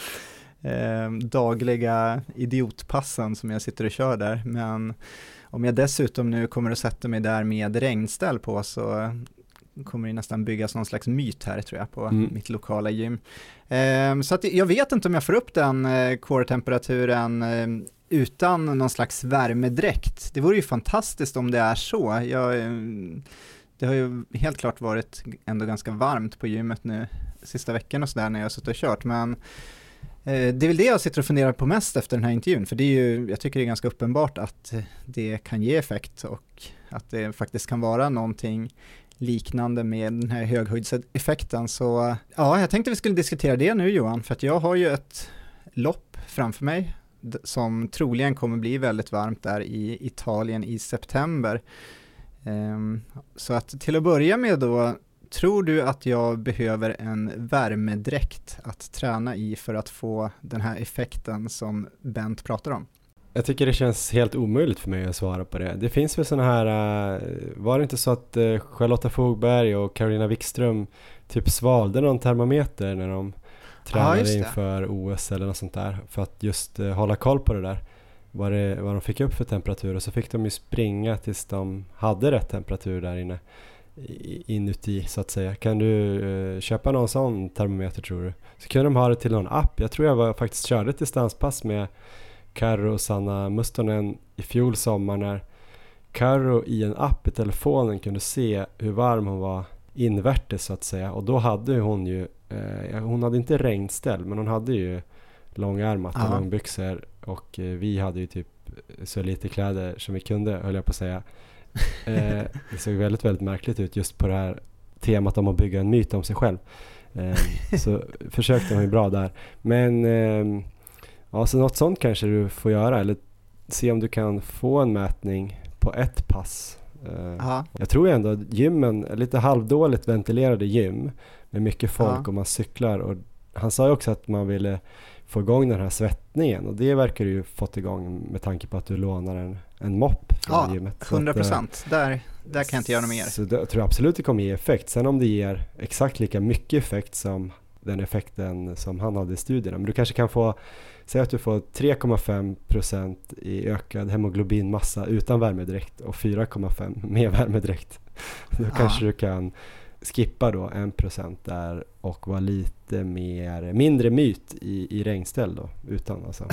dagliga idiotpassen som jag sitter och kör där, men om jag dessutom nu kommer att sätta mig där med regnställ på så kommer det nästan byggas någon slags myt här tror jag på mitt lokala gym. Så att jag vet inte om jag får upp den core-temperaturen utan någon slags värmedräkt. Det vore ju fantastiskt om det är så. Det har ju helt klart varit ändå ganska varmt på gymmet nu sista veckan och sådär när jag har suttit och kört, men det är väl det jag sitter och funderar på mest efter den här intervjun, för det är ju, jag tycker det är ganska uppenbart att det kan ge effekt och att det faktiskt kan vara någonting liknande med den här höghöjdseffekten. Så ja, jag tänkte vi skulle diskutera det nu Johan, för att jag har ju ett lopp framför mig som troligen kommer bli väldigt varmt där i Italien i september. Så att till att börja med då, tror du att jag behöver en värmedräkt att träna i för att få den här effekten som Bent pratar om? Jag tycker det känns helt omöjligt för mig att svara på det. Det finns väl såna här, var det inte så att Charlotta Fogberg och Carolina Wikström typ svalde någon termometer när de tränade inför OS eller något sånt där, för att just hålla koll på det där, vad de fick upp för temperatur, och så fick de ju springa tills de hade rätt temperatur där inne inuti så att säga. Kan du köpa någon sån termometer tror du? Så kunde de ha det till någon app. Jag tror jag faktiskt körde ett distanspass med Karo och Sanna Mustonen i fjol sommar, när Karo i en app i telefonen kunde se hur varm hon var invärtes så att säga, och då hade hon ju hon hade inte regnställ, men hon hade ju långärmat och långbyxor, och vi hade ju typ så lite kläder som vi kunde, höll jag på att säga. Det såg väldigt, väldigt märkligt ut just på det här temat om att bygga en myt om sig själv. Så försökte hon ju bra där. Men ja, så något sånt kanske du får göra, eller se om du kan få en mätning på ett pass. Jag tror ändå att gymmen är lite halvdåligt ventilerade gym med mycket folk och man cyklar, och han sa ju också att man ville få igång den här svettningen, och det verkar du ju fått igång med tanke på att du lånar en mopp från gymmet. 100%. Där kan jag inte göra något mer. Så jag tror absolut det kommer ge effekt. Sen om det ger exakt lika mycket effekt som den effekten som han hade i studierna. Men du kanske kan få, säg att du får 3,5% i ökad hemoglobinmassa utan värmedräkt och 4,5% med värmedräkt. Då kanske du kan skippa då 1% där och vara lite mindre myt i regnställ då, utan alltså.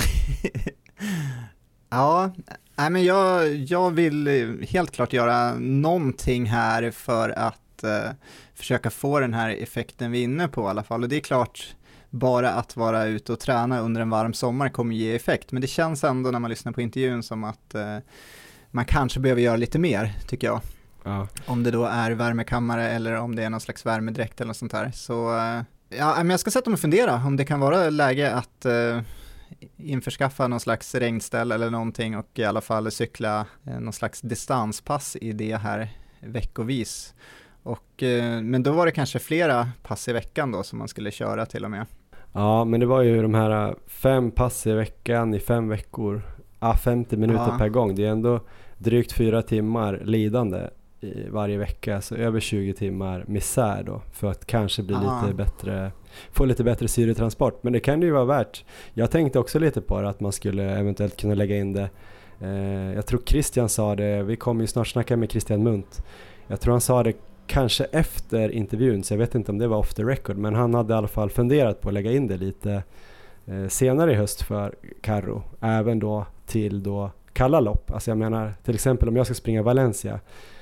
Ja, nej men jag vill helt klart göra någonting här för att försöka få den här effekten vi är inne på i alla fall. Och det är klart, bara att vara ute och träna under en varm sommar kommer ge effekt. Men det känns ändå när man lyssnar på intervjun som att man kanske behöver göra lite mer, tycker jag. Ja. Om det då är värmekammare eller om det är någon slags värmedräkt eller något sånt här. Så ja, men jag ska sätta mig och fundera om det kan vara läge att införskaffa någon slags regnställ eller någonting och i alla fall cykla någon slags distanspass i det här veckovis. Och, men då var det kanske flera pass i veckan då som man skulle köra till och med. Ja, men det var ju de här 5 pass i veckan i 5 veckor. 50 minuter per gång. Det är ändå drygt 4 timmar lidande i varje vecka. Så över 20 timmar misär då. För att kanske bli lite bättre, få lite bättre syretransport. Men det kan det ju vara värt. Jag tänkte också lite på det, att man skulle eventuellt kunna lägga in det. Jag tror Christian sa det. Vi kommer ju snart snacka med Christian Munt. Jag tror han sa det kanske efter intervjun, så jag vet inte om det var off the record, men han hade i alla fall funderat på att lägga in det lite senare i höst för Karro, även då till då kalla lopp. Alltså jag menar, till exempel om jag ska springa Valencia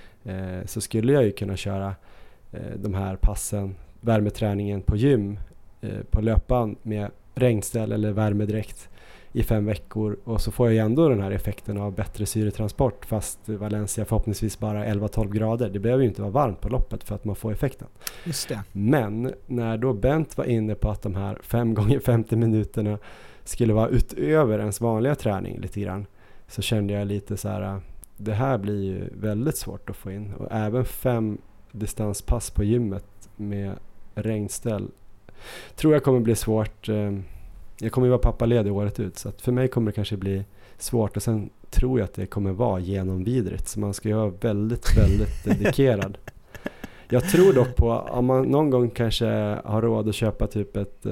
så skulle jag ju kunna köra de här passen, värmeträningen på gym på löpan med regnställ eller värmedräkt i 5 veckor, och så får jag ändå den här effekten av bättre syretransport, fast Valencia förhoppningsvis bara 11-12 grader. Det behöver ju inte vara varmt på loppet för att man får effekten. Just det. Men när då Bent var inne på att de här 5 gånger 50 minuterna skulle vara utöver ens vanliga träning lite grann, så kände jag lite så här, det här blir ju väldigt svårt att få in. Och även 5 distanspass på gymmet med regnställ tror jag kommer bli svårt. Jag kommer ju vara pappaledig året ut, så att för mig kommer det kanske bli svårt, och sen tror jag att det kommer vara genomvidrigt, så man ska ju vara väldigt, väldigt dedikerad. Jag tror dock på, om man någon gång kanske har råd att köpa typ ett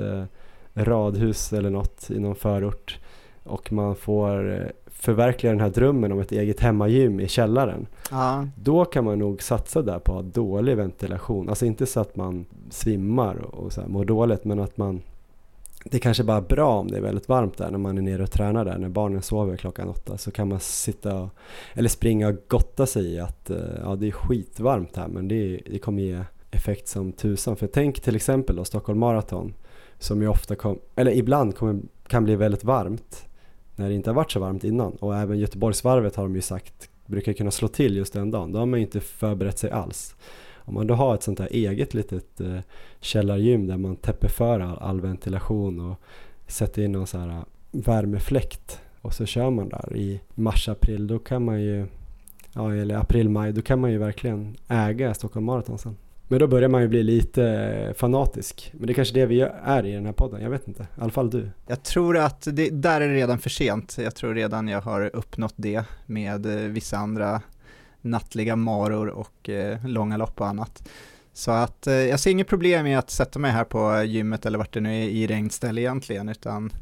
radhus eller något i någon förort, och man får förverkliga den här drömmen om ett eget hemmagym i källaren. Då kan man nog satsa där på att ha dålig ventilation. Alltså inte så att man svimmar och så här, mår dåligt, men att man, det är kanske bara bra om det är väldigt varmt där när man är nere och tränar där. När barnen sover klockan 8 så kan man sitta eller springa och gotta sig i att ja, det är skitvarmt här, men det kommer ge effekt som tusan. För tänk till exempel då Stockholm Marathon, som ju ofta ibland kan bli väldigt varmt när det inte har varit så varmt innan. Och även Göteborgsvarvet har de ju sagt brukar kunna slå till just den dagen. Då har man ju inte förberett sig alls. Om man då har ett sånt här eget litet källargym där man täpper för all ventilation och sätter in någon så här värmefläkt, och så kör man där i mars-april, då kan man ju, ja, eller april-maj, då kan man ju verkligen äga Stockholm Marathon sen. Men då börjar man ju bli lite fanatisk. Men det är kanske det vi är i den här podden, jag vet inte. I alla fall du. Jag tror att där är det redan för sent. Jag tror redan jag har uppnått det med vissa andra nattliga maror och långa lopp och annat. Så att jag ser inget problem med att sätta mig här på gymmet eller vart det nu är i regnställ egentligen, utan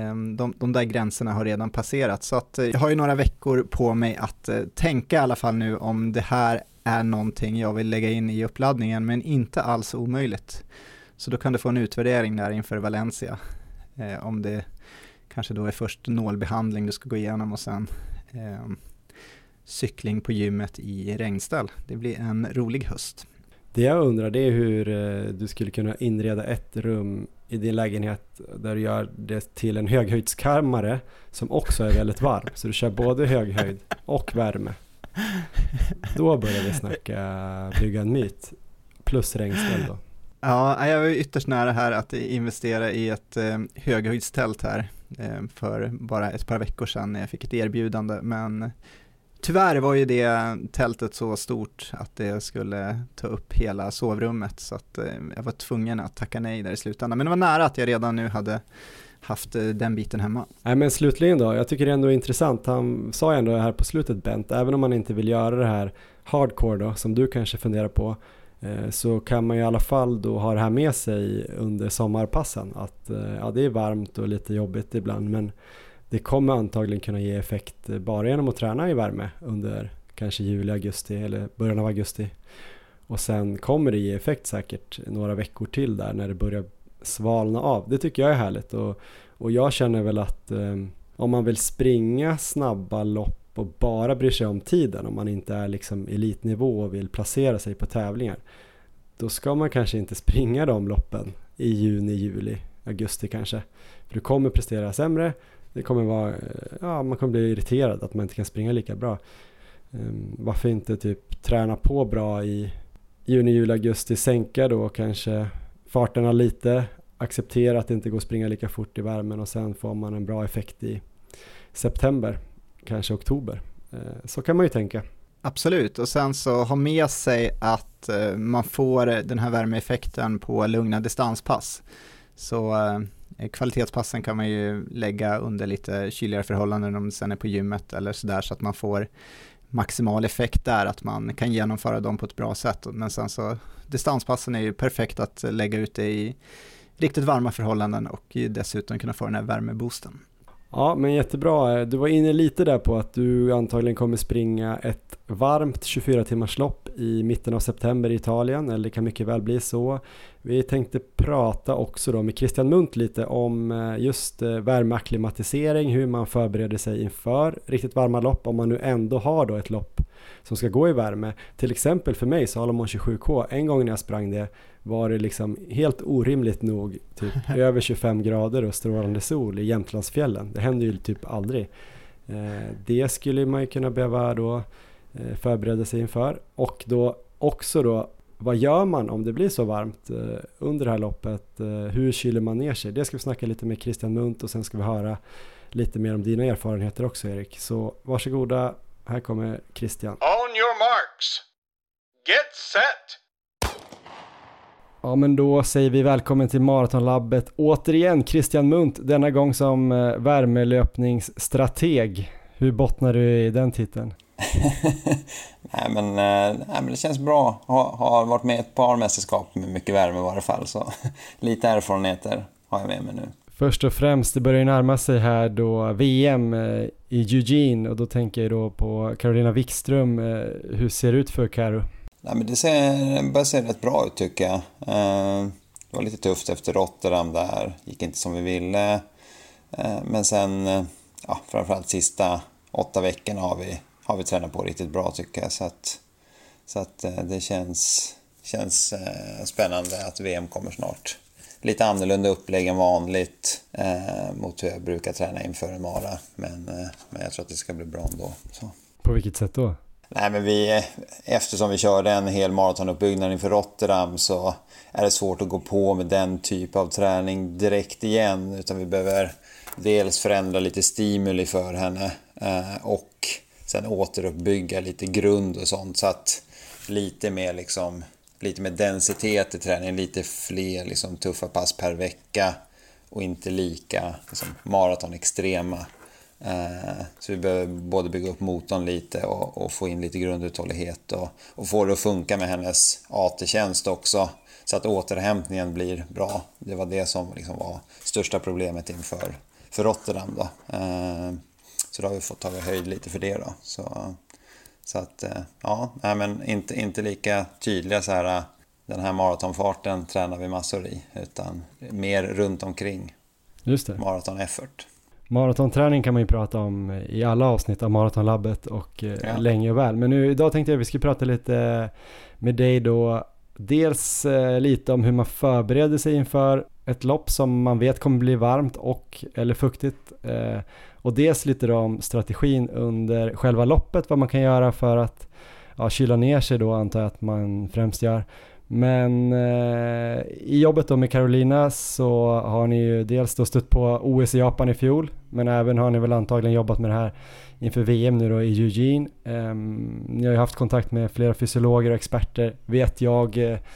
de där gränserna har redan passerat. Så att jag har ju några veckor på mig att tänka i alla fall nu om det här är någonting jag vill lägga in i uppladdningen, men inte alls omöjligt. Så då kan du få en utvärdering där inför Valencia. Om det kanske då är först nålbehandling du ska gå igenom och sen cykling på gymmet i regnställ. Det blir en rolig höst. Det jag undrar, det är hur du skulle kunna inreda ett rum i din lägenhet där du gör det till en höghöjdskammare som också är väldigt varm. Så du kör både höghöjd och värme. Då börjar vi snacka bygga en myt. Plus regnställ då. Ja, jag var ytterst nära här att investera i ett höghöjdstält här för bara ett par veckor sedan när jag fick ett erbjudande. Men tyvärr var ju det tältet så stort att det skulle ta upp hela sovrummet, så att jag var tvungen att tacka nej där i slutändan. Men det var nära att jag redan nu hade haft den biten hemma. Nej, men slutligen då, jag tycker det ändå är intressant. Han sa ändå här på slutet, Bent, även om man inte vill göra det här hardcore då, som du kanske funderar på, så kan man i alla fall då ha det här med sig under sommarpassen. Att det är varmt och lite jobbigt ibland, men det kommer antagligen kunna ge effekt bara genom att träna i värme under kanske juli, augusti eller början av augusti. Och sen kommer det ge effekt säkert några veckor till där när det börjar svalna av. Det tycker jag är härligt, och jag känner väl att om man vill springa snabba lopp och bara bryr sig om tiden, om man inte är liksom elitnivå och vill placera sig på tävlingar, då ska man kanske inte springa de loppen i juni, juli, augusti kanske. För du kommer prestera sämre, det kommer vara, man kommer bli irriterad att man inte kan springa lika bra. Varför inte typ träna på bra i juni, juli, augusti, sänka då kanske farterna lite, acceptera att det inte går att springa lika fort i värmen, och sen får man en bra effekt i september, kanske oktober. Så kan man ju tänka. Absolut, och sen så ha med sig att man får den här värmeeffekten på lugna distanspass. Så kvalitetspassen kan man ju lägga under lite kyligare förhållanden om det sen är på gymmet eller sådär, så att man får maximal effekt där, att man kan genomföra dem på ett bra sätt. Men sen så distanspassen är ju perfekt att lägga ut det i riktigt varma förhållanden och dessutom kunna få den här värmeboosten. Ja, men jättebra. Du var inne lite där på att du antagligen kommer springa ett varmt 24 timmars lopp i mitten av september i Italien, eller det kan mycket väl bli så. Vi tänkte prata också då med Christian Munt lite om just värmeakklimatisering, hur man förbereder sig inför riktigt varma lopp, om man nu ändå har då ett lopp som ska gå i värme. Till exempel för mig, Salomon 27K, en gång när jag sprang det var det liksom helt orimligt nog typ över 25 grader och strålande sol i Jämtlandsfjällen. Det händer ju typ aldrig. Det skulle man ju kunna behöva då förbereda sig inför. Och då också då, vad gör man om det blir så varmt under det här loppet? Hur kyler man ner sig? Det ska vi snacka lite med Christian Munt, och sen ska vi höra lite mer om dina erfarenheter också, Erik. Så varsågoda, här kommer Christian. On your marks. Get set. Ja, men då säger vi välkommen till Maratonlabbet. Återigen Christian Munt, denna gång som värmelöpningsstrateg. Hur bottnar du i den titeln? nej, men det känns bra. Har varit med ett par mästerskap med mycket värme i varje fall. Så lite erfarenheter har jag med mig nu. Först och främst, det börjar närma sig här då VM i Eugene. Och då tänker jag då på Carolina Wikström. Hur ser det ut för Karo? Nej, men det börjar se rätt bra ut tycker jag. Det var lite tufft efter Rotterdam där. Gick inte som vi ville. Men sen, framförallt sista 8 veckorna har vi tränat på riktigt bra tycker jag. Så att det känns spännande att VM kommer snart. Lite annorlunda upplägg än vanligt mot hur jag brukar träna inför en mara. Men jag tror att det ska bli bra ändå. Så. På vilket sätt då? Nej, men eftersom vi körde en hel maratonuppbyggnad inför Rotterdam så är det svårt att gå på med den typ av träning direkt igen, utan vi behöver dels förändra lite stimuli för henne och sen återuppbygga lite grund och sånt, så att lite mer densitet i träningen, lite fler liksom tuffa pass per vecka och inte lika liksom maratonextrema. Så vi behöver både bygga upp motorn lite och få in lite grunduthållighet och få det att funka med hennes AT-tjänst också, så att återhämtningen blir bra. Det var det som liksom var största problemet inför Rotterdam då. Så då har vi fått ta höjd lite för det då. Så att men inte lika tydliga så här, den här maratonfarten tränar vi massor i, utan mer runt omkring. Just det. Maraton effort. Maratonträning kan man ju prata om i alla avsnitt av Maratonlabbet och länge och väl. Men nu idag tänkte jag att vi skulle prata lite med dig då. Dels lite om hur man förbereder sig inför ett lopp som man vet kommer bli varmt eller fuktigt. Och dels lite då om strategin under själva loppet, vad man kan göra för att kyla ner sig då, antar jag att man främst gör. Men i jobbet då med Carolina så har ni ju dels då stött på OS i Japan i fjol, men även har ni väl antagligen jobbat med det här inför VM nu då i Eugene. Ni har ju haft kontakt med flera fysiologer och experter, vet jag.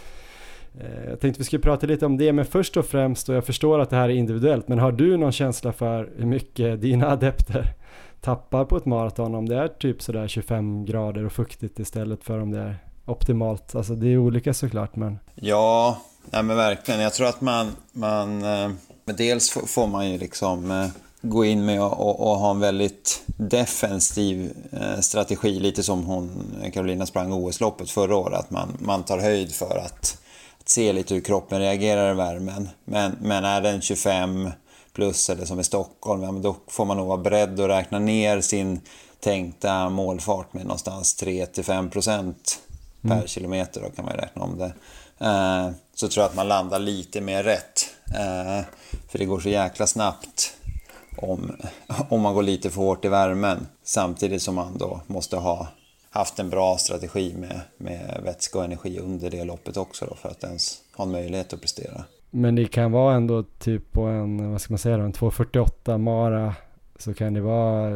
Jag tänkte vi skulle prata lite om det, men först och främst, och jag förstår att det här är individuellt, men har du någon känsla för hur mycket dina adepter tappar på ett maraton, om det är typ sådär 25 grader och fuktigt istället för om det är optimalt? Alltså det är olika såklart, men... Ja, nej men verkligen. Jag tror att men dels får man ju liksom gå in med och ha en väldigt defensiv strategi, lite som Carolina sprang OS-loppet förra året, att man tar höjd för att se lite hur kroppen reagerar i värmen. Men är den 25 plus eller som i Stockholm, ja, men då får man nog vara beredd att räkna ner sin tänkta målfart med någonstans 3-5% per kilometer, då kan man räkna om det. Så tror jag att man landar lite mer rätt. För det går så jäkla snabbt om man går lite för hårt i värmen. Samtidigt som man då måste ha haft en bra strategi med vätska och energi under det loppet också då, för att ens ha en möjlighet att prestera. Men det kan vara ändå typ på en, vad ska man säga då, en 2.48 mara, så kan det vara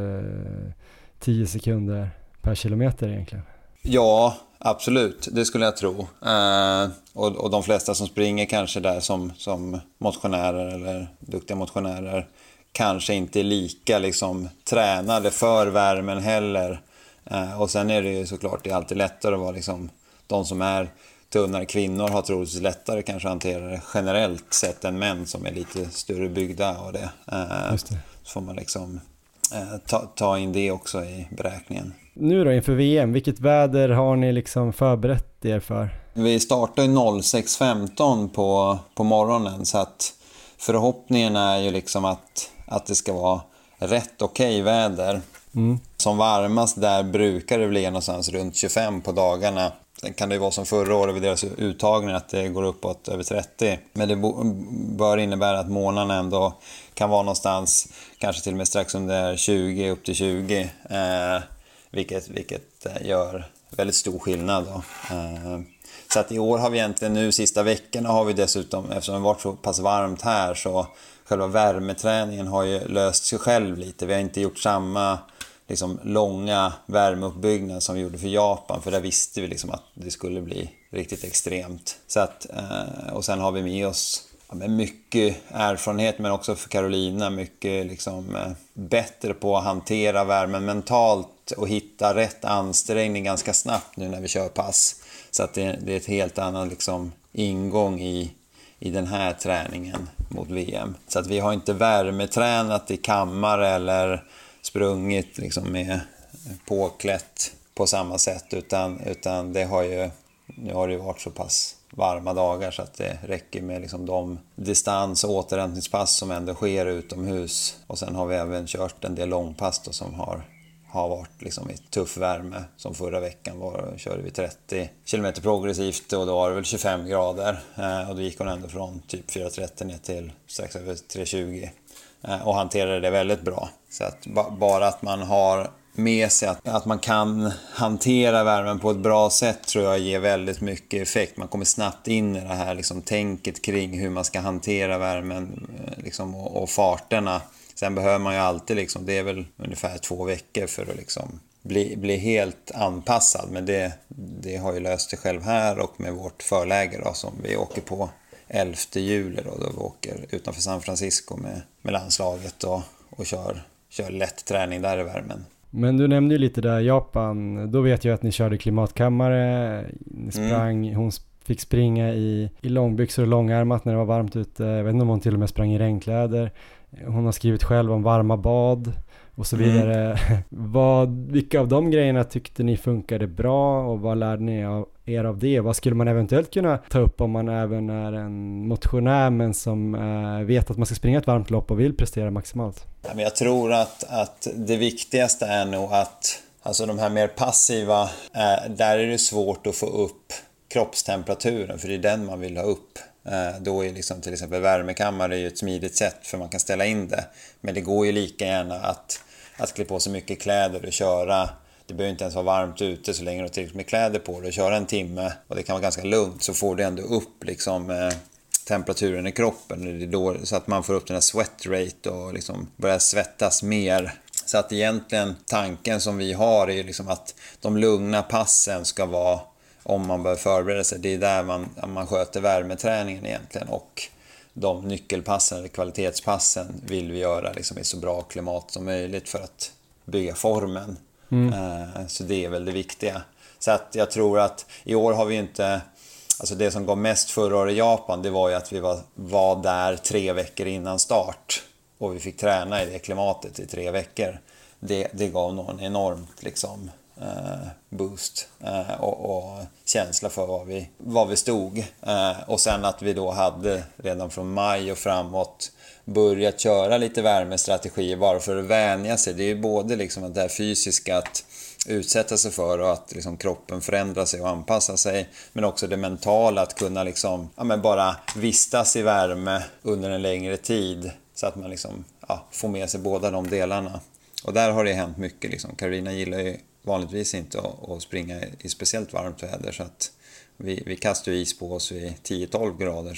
10 sekunder per kilometer egentligen. Ja, absolut. Det skulle jag tro. Och de flesta som springer kanske där som motionärer eller duktiga motionärer kanske inte är lika liksom tränade för värmen heller. Och sen är det ju såklart, det är alltid lättare att vara liksom, de som är tunnare kvinnor har troligtvis lättare kanske att hantera det generellt sett än män som är lite större byggda och det. Just det. Så får man liksom ta in det också i beräkningen. Nu då inför VM, vilket väder har ni liksom förberett er för? Vi startar ju 06.15 på morgonen, så att förhoppningen är ju liksom att det ska vara rätt okej väder. Som varmast där brukar det bli någonstans runt 25 på dagarna. Sen kan det ju vara som förra året vid deras uttagning att det går uppåt över 30. Men det bör innebära att månaden ändå kan vara någonstans kanske till och med strax under 20 upp till 20. Vilket gör väldigt stor skillnad då. Så att i år har vi egentligen nu sista veckorna har vi dessutom, eftersom det varit så pass varmt här, så själva värmeträningen har ju löst sig själv lite. Vi har inte gjort samma liksom långa värmeuppbyggnad som vi gjorde för Japan, för där visste vi liksom att det skulle bli riktigt extremt. Så att, och sen har vi med oss mycket erfarenhet, men också för Carolina mycket liksom bättre på att hantera värmen mentalt och hitta rätt ansträngning ganska snabbt nu när vi kör pass. Så att det är ett helt annan liksom ingång i den här träningen mot VM. Så att vi har inte värmetränat i kammare eller sprungit liksom med påklätt på samma sätt, utan det har ju, nu har det ju varit så pass varma dagar så att det räcker med liksom de distans- och återhämtningspass som ändå sker utomhus. Och sen har vi även kört en del långpass då, som har varit liksom i tuff värme. Som förra veckan körde vi 30 km progressivt och då var det väl 25 grader. Och då gick hon ändå från typ 4.30 ner till strax över 3.20. Och hanterade det väldigt bra. Så att bara att man har med sig att man kan hantera värmen på ett bra sätt tror jag ger väldigt mycket effekt. Man kommer snabbt in i det här liksom tänket kring hur man ska hantera värmen liksom, och farterna. Sen behöver man ju alltid liksom, det är väl ungefär 2 veckor för att liksom bli helt anpassad. Men det har ju löst sig själv här och med vårt förläge då, som vi åker på 11 juli då vi åker utanför San Francisco med landslaget och kör lätt träning där i värmen. Men du nämnde ju lite där Japan, då vet jag att ni körde klimatkammare, ni sprang, hon fick springa i långbyxor och långärmat när det var varmt ute, jag vet inte om hon till och med sprang i regnkläder, hon har skrivit själv om varma bad och så vidare. Vilka av de grejerna tyckte ni funkade bra och vad lärde ni er av det? Vad skulle man eventuellt kunna ta upp om man även är en motionär men som vet att man ska springa ett varmt lopp och vill prestera maximalt? Ja, men jag tror att det viktigaste är nog att alltså de här mer passiva, där är det svårt att få upp kroppstemperaturen, för det är den man vill ha upp. Då är liksom till exempel värmekammare ju ett smidigt sätt för man kan ställa in det. Men det går ju lika gärna att klä på sig mycket kläder och köra. Det behöver inte ens vara varmt ute så länge du har tillräckligt med kläder på dig och köra en timme. Och det kan vara ganska lugnt, så får du ändå upp liksom temperaturen i kroppen. Det är då, så att man får upp den här sweat rate och liksom börjar svettas mer. Så att egentligen tanken som vi har är ju liksom att de lugna passen ska vara, om man bör förbereda sig, det är där man sköter värmeträningen egentligen, och de nyckelpassen eller kvalitetspassen vill vi göra liksom i så bra klimat som möjligt för att bygga formen. Så det är väl det viktiga. Så att jag tror att i år har vi inte, alltså det som gav mest förra året i Japan, det var ju att vi var där 3 veckor innan start och vi fick träna i det klimatet i 3 veckor. Det gav nog en enormt liksom boost och känsla för var vi stod. Och sen att vi då hade redan från maj och framåt börjat köra lite värmestrategier bara för att vänja sig. Det är ju både liksom det här fysiska att utsätta sig för och att liksom kroppen förändrar sig och anpassar sig, men också det mentala att kunna liksom, bara vistas i värme under en längre tid så att man liksom, får med sig båda de delarna. Och där har det hänt mycket. Liksom. Carolina gillar ju vanligtvis inte att springa i speciellt varmt väder, så att vi kastar is på oss vid 10-12 grader.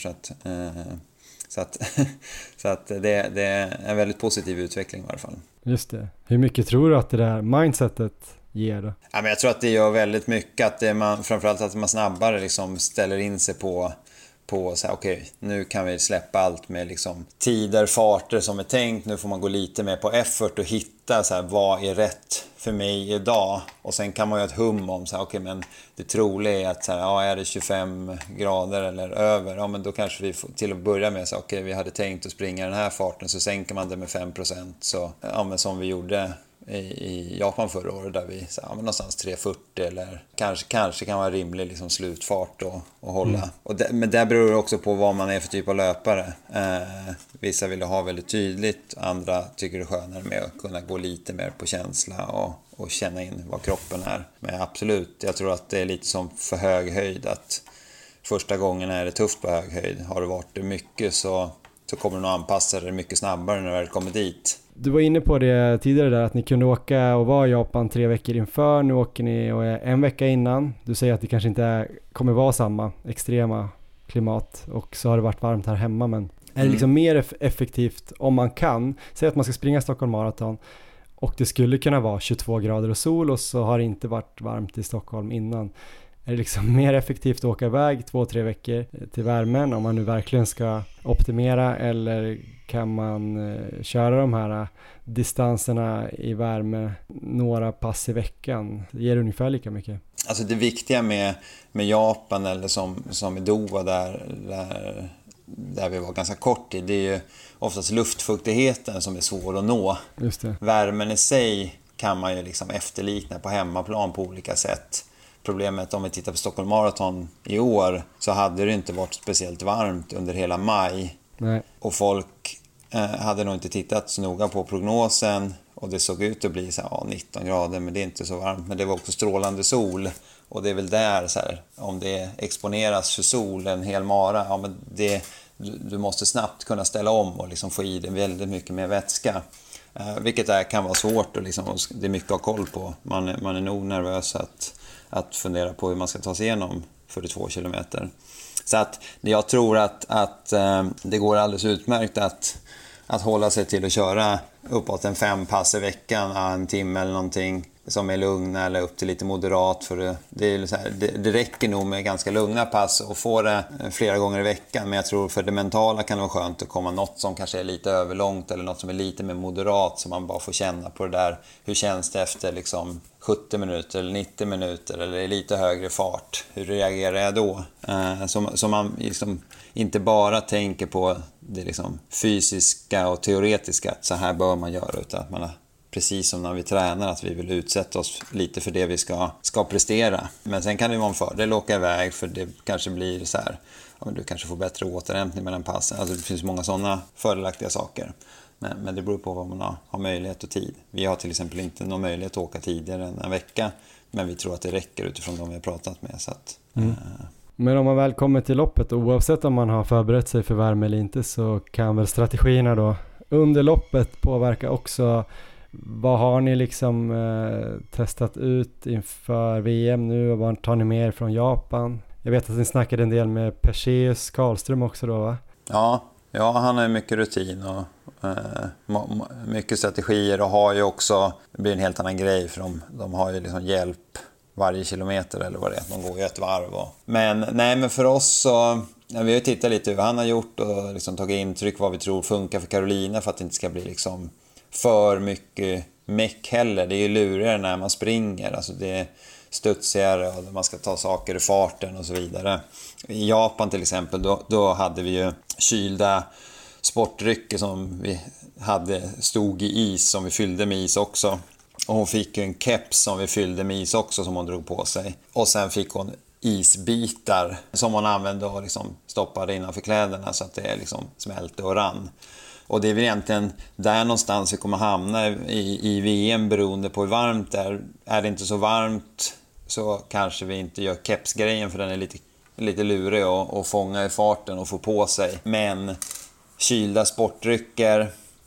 Så att det är en väldigt positiv utveckling i alla fall. Just det. Hur mycket tror du att det där mindsetet ger då? Ja, men jag tror att det gör väldigt mycket. Att framförallt att man snabbare liksom ställer in sig på så här, okej, nu kan vi släppa allt med liksom tider, farter som är tänkt. Nu får man gå lite mer på effort och hitta så här, vad är rätt för mig idag. Och sen kan man ju ha ett hum om så här, okej, men det troliga är att så här, är det 25 grader eller över, men då kanske vi får till att börja med så okej, vi hade tänkt att springa den här farten, så sänker man det med 5%. Så men som vi gjorde i Japan förra året, där vi någonstans 3.40 eller kanske kan vara rimlig liksom slutfart och hålla. Men det beror det också på vad man är för typ av löpare. Vissa vill ha väldigt tydligt, andra tycker det är skönare med att kunna gå lite mer på känsla och känna in vad kroppen är. Men absolut, jag tror att det är lite som för hög höjd, att första gången är det tufft på hög höjd. Har det varit mycket så kommer du nog anpassa dig mycket snabbare när du väl kommer dit. Du var inne på det tidigare där, att ni kunde åka och vara i Japan 3 veckor inför. Nu åker ni och är 1 vecka innan. Du säger att det kanske inte kommer vara samma extrema klimat, och så har det varit varmt här hemma. Men är det liksom mer effektivt om man kan? Säg att man ska springa Stockholm Marathon och det skulle kunna vara 22 grader och sol, och så har det inte varit varmt i Stockholm innan. Är det liksom mer effektivt att åka iväg 2-3 veckor till värmen om man nu verkligen ska optimera, eller kan man köra de här distanserna i värme några pass i veckan? Det ger ungefär lika mycket. Alltså det viktiga med Japan, eller som i Doha där vi var ganska kort tid, det är ju oftast luftfuktigheten som är svår att nå. Just det. Värmen i sig kan man ju liksom efterlikna på hemmaplan på olika sätt. Problemet om vi tittar på Stockholm Marathon i år, så hade det inte varit speciellt varmt under hela maj. Nej. Och folk hade nog inte tittat så noga på prognosen, och det såg ut att bli så här, 19 grader, men det är inte så varmt. Men det var också strålande sol, och det är väl där så här, om det exponeras för sol en hel mara, men du måste snabbt kunna ställa om och liksom få i det väldigt mycket mer vätska. Vilket kan vara svårt, och liksom, det är mycket att ha koll på. Man är nog nervös att fundera på hur man ska ta sig igenom 42 kilometer. Så att jag tror att det går alldeles utmärkt att hålla sig till att köra uppåt 5 pass i veckan, 1 timme eller någonting som är lugna, eller upp till lite moderat. För det räcker nog med ganska lugna pass och få det flera gånger i veckan. Men jag tror för det mentala kan det vara skönt att komma något som kanske är lite överlångt, eller något som är lite mer moderat, så man bara får känna på det där. Hur känns det efter liksom 70 minuter eller 90 minuter, eller i lite högre fart? Hur reagerar jag då? Så man liksom inte bara tänker på det liksom fysiska och teoretiska, att så här bör man göra, utan att man har, precis som när vi tränar, att vi vill utsätta oss lite för det vi ska prestera. Men sen kan det vara en fördel att åka iväg, för det kanske blir så här, du kanske får bättre återhämtning mellan passen. Alltså det finns många sådana fördelaktiga saker. Men det beror på vad man har möjlighet och tid. Vi har till exempel inte någon möjlighet att åka tidigare än en vecka, men vi tror att det räcker utifrån de vi har pratat med. Så att, Men om man väl kommer till loppet, oavsett om man har förberett sig för värme eller inte, så kan väl strategierna då under loppet påverka också. Vad har ni liksom testat ut inför VM nu, och vad tar ni med er från Japan? Jag vet att ni snackade en del med Perseus Karlström också då, va? Ja, han har mycket rutin och mycket strategier, och har ju också, det blir en helt annan grej, för de har ju liksom hjälp varje kilometer eller vad det är, de går ju ett varv. Men för oss så, vi har ju tittat lite hur han har gjort och liksom tagit intryck vad vi tror funkar för Carolina, för att det inte ska bli liksom för mycket meck heller. Det är ju lurigare när man springer, alltså studsigare och man ska ta saker i farten och så vidare. I Japan till exempel, då hade vi ju kylda sportdrycker som vi stod i is, som vi fyllde med is också. Och hon fick ju en keps som vi fyllde med is också som hon drog på sig. Och sen fick hon isbitar som hon använde och liksom stoppade innanför kläderna så att det liksom smälte och rann. Och det är väl egentligen där någonstans vi kommer hamna i VM beroende på hur varmt det är. Är det inte så varmt så kanske vi inte gör kepsgrejen för den är lite lurig att fånga i farten och få på sig. Men kylda sportdrycker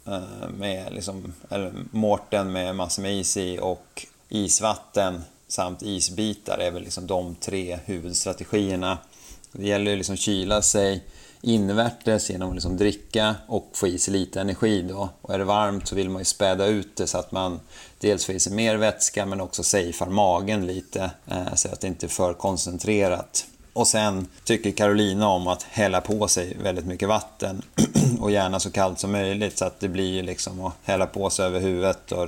med liksom, eller Mårten med massor med is i och isvatten samt isbitar är väl liksom de 3 huvudstrategierna. Det gäller ju liksom kyla sig invärtes genom att liksom dricka och få i sig lite energi då. Och är det varmt så vill man ju späda ut det så att man dels får i sig mer vätska men också safear magen lite så att det inte är för koncentrerat. Och sen tycker Carolina om att hälla på sig väldigt mycket vatten och gärna så kallt som möjligt så att det blir liksom att hälla på sig över huvudet och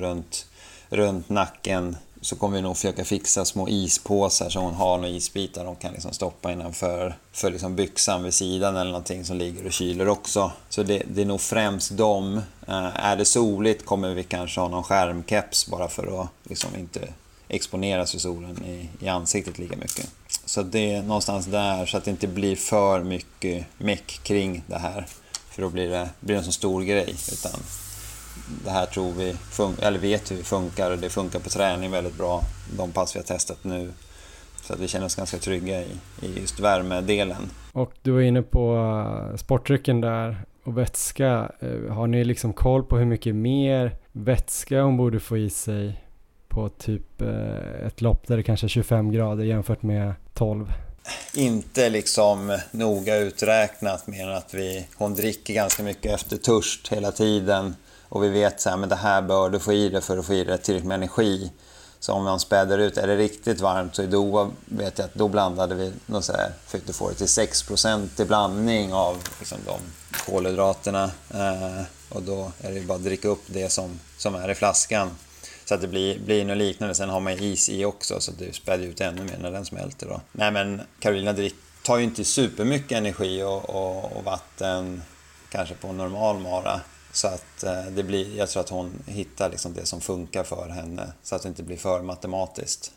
runt nacken. Så kommer vi nog försöka fixa små ispåsar så hon har några isbitar de kan liksom stoppa innanför för liksom byxan vid sidan eller någonting som ligger och kyler också. Så det är nog främst dem. Är det soligt kommer vi kanske ha någon skärmkeps bara för att liksom inte exponeras för solen i ansiktet lika mycket. Så det är någonstans där så att det inte blir för mycket meck kring det här. För då blir det en så stor grej. Utan det här tror vi vet hur det funkar och det funkar på träning väldigt bra. De pass vi har testat nu. Så att vi känner oss ganska trygga i just värmedelen. Och du var inne på sportdrycken där och vätska. Har ni liksom koll på hur mycket mer vätska hon borde få i sig på typ ett lopp där det kanske är 25 grader jämfört med 12? Inte liksom noga uträknat mer än att hon dricker ganska mycket efter törst hela tiden. Och vi vet så här, men det här bör du få i det för att få i det tillräckligt med energi. Så om man späder ut, är det riktigt varmt så i Doha vet jag att då blandade vi något så här, fick du få det till 6% i blandning av liksom de kolhydraterna. Och då är det bara att dricka upp det som är i flaskan. Så att det blir något liknande. Sen har man is i också så att det späder ut ännu mer när den smälter då. Nej men Carolina tar ju inte supermycket energi och vatten kanske på normal mara. Så att jag tror att hon hittar liksom det som funkar för henne så att det inte blir för matematiskt.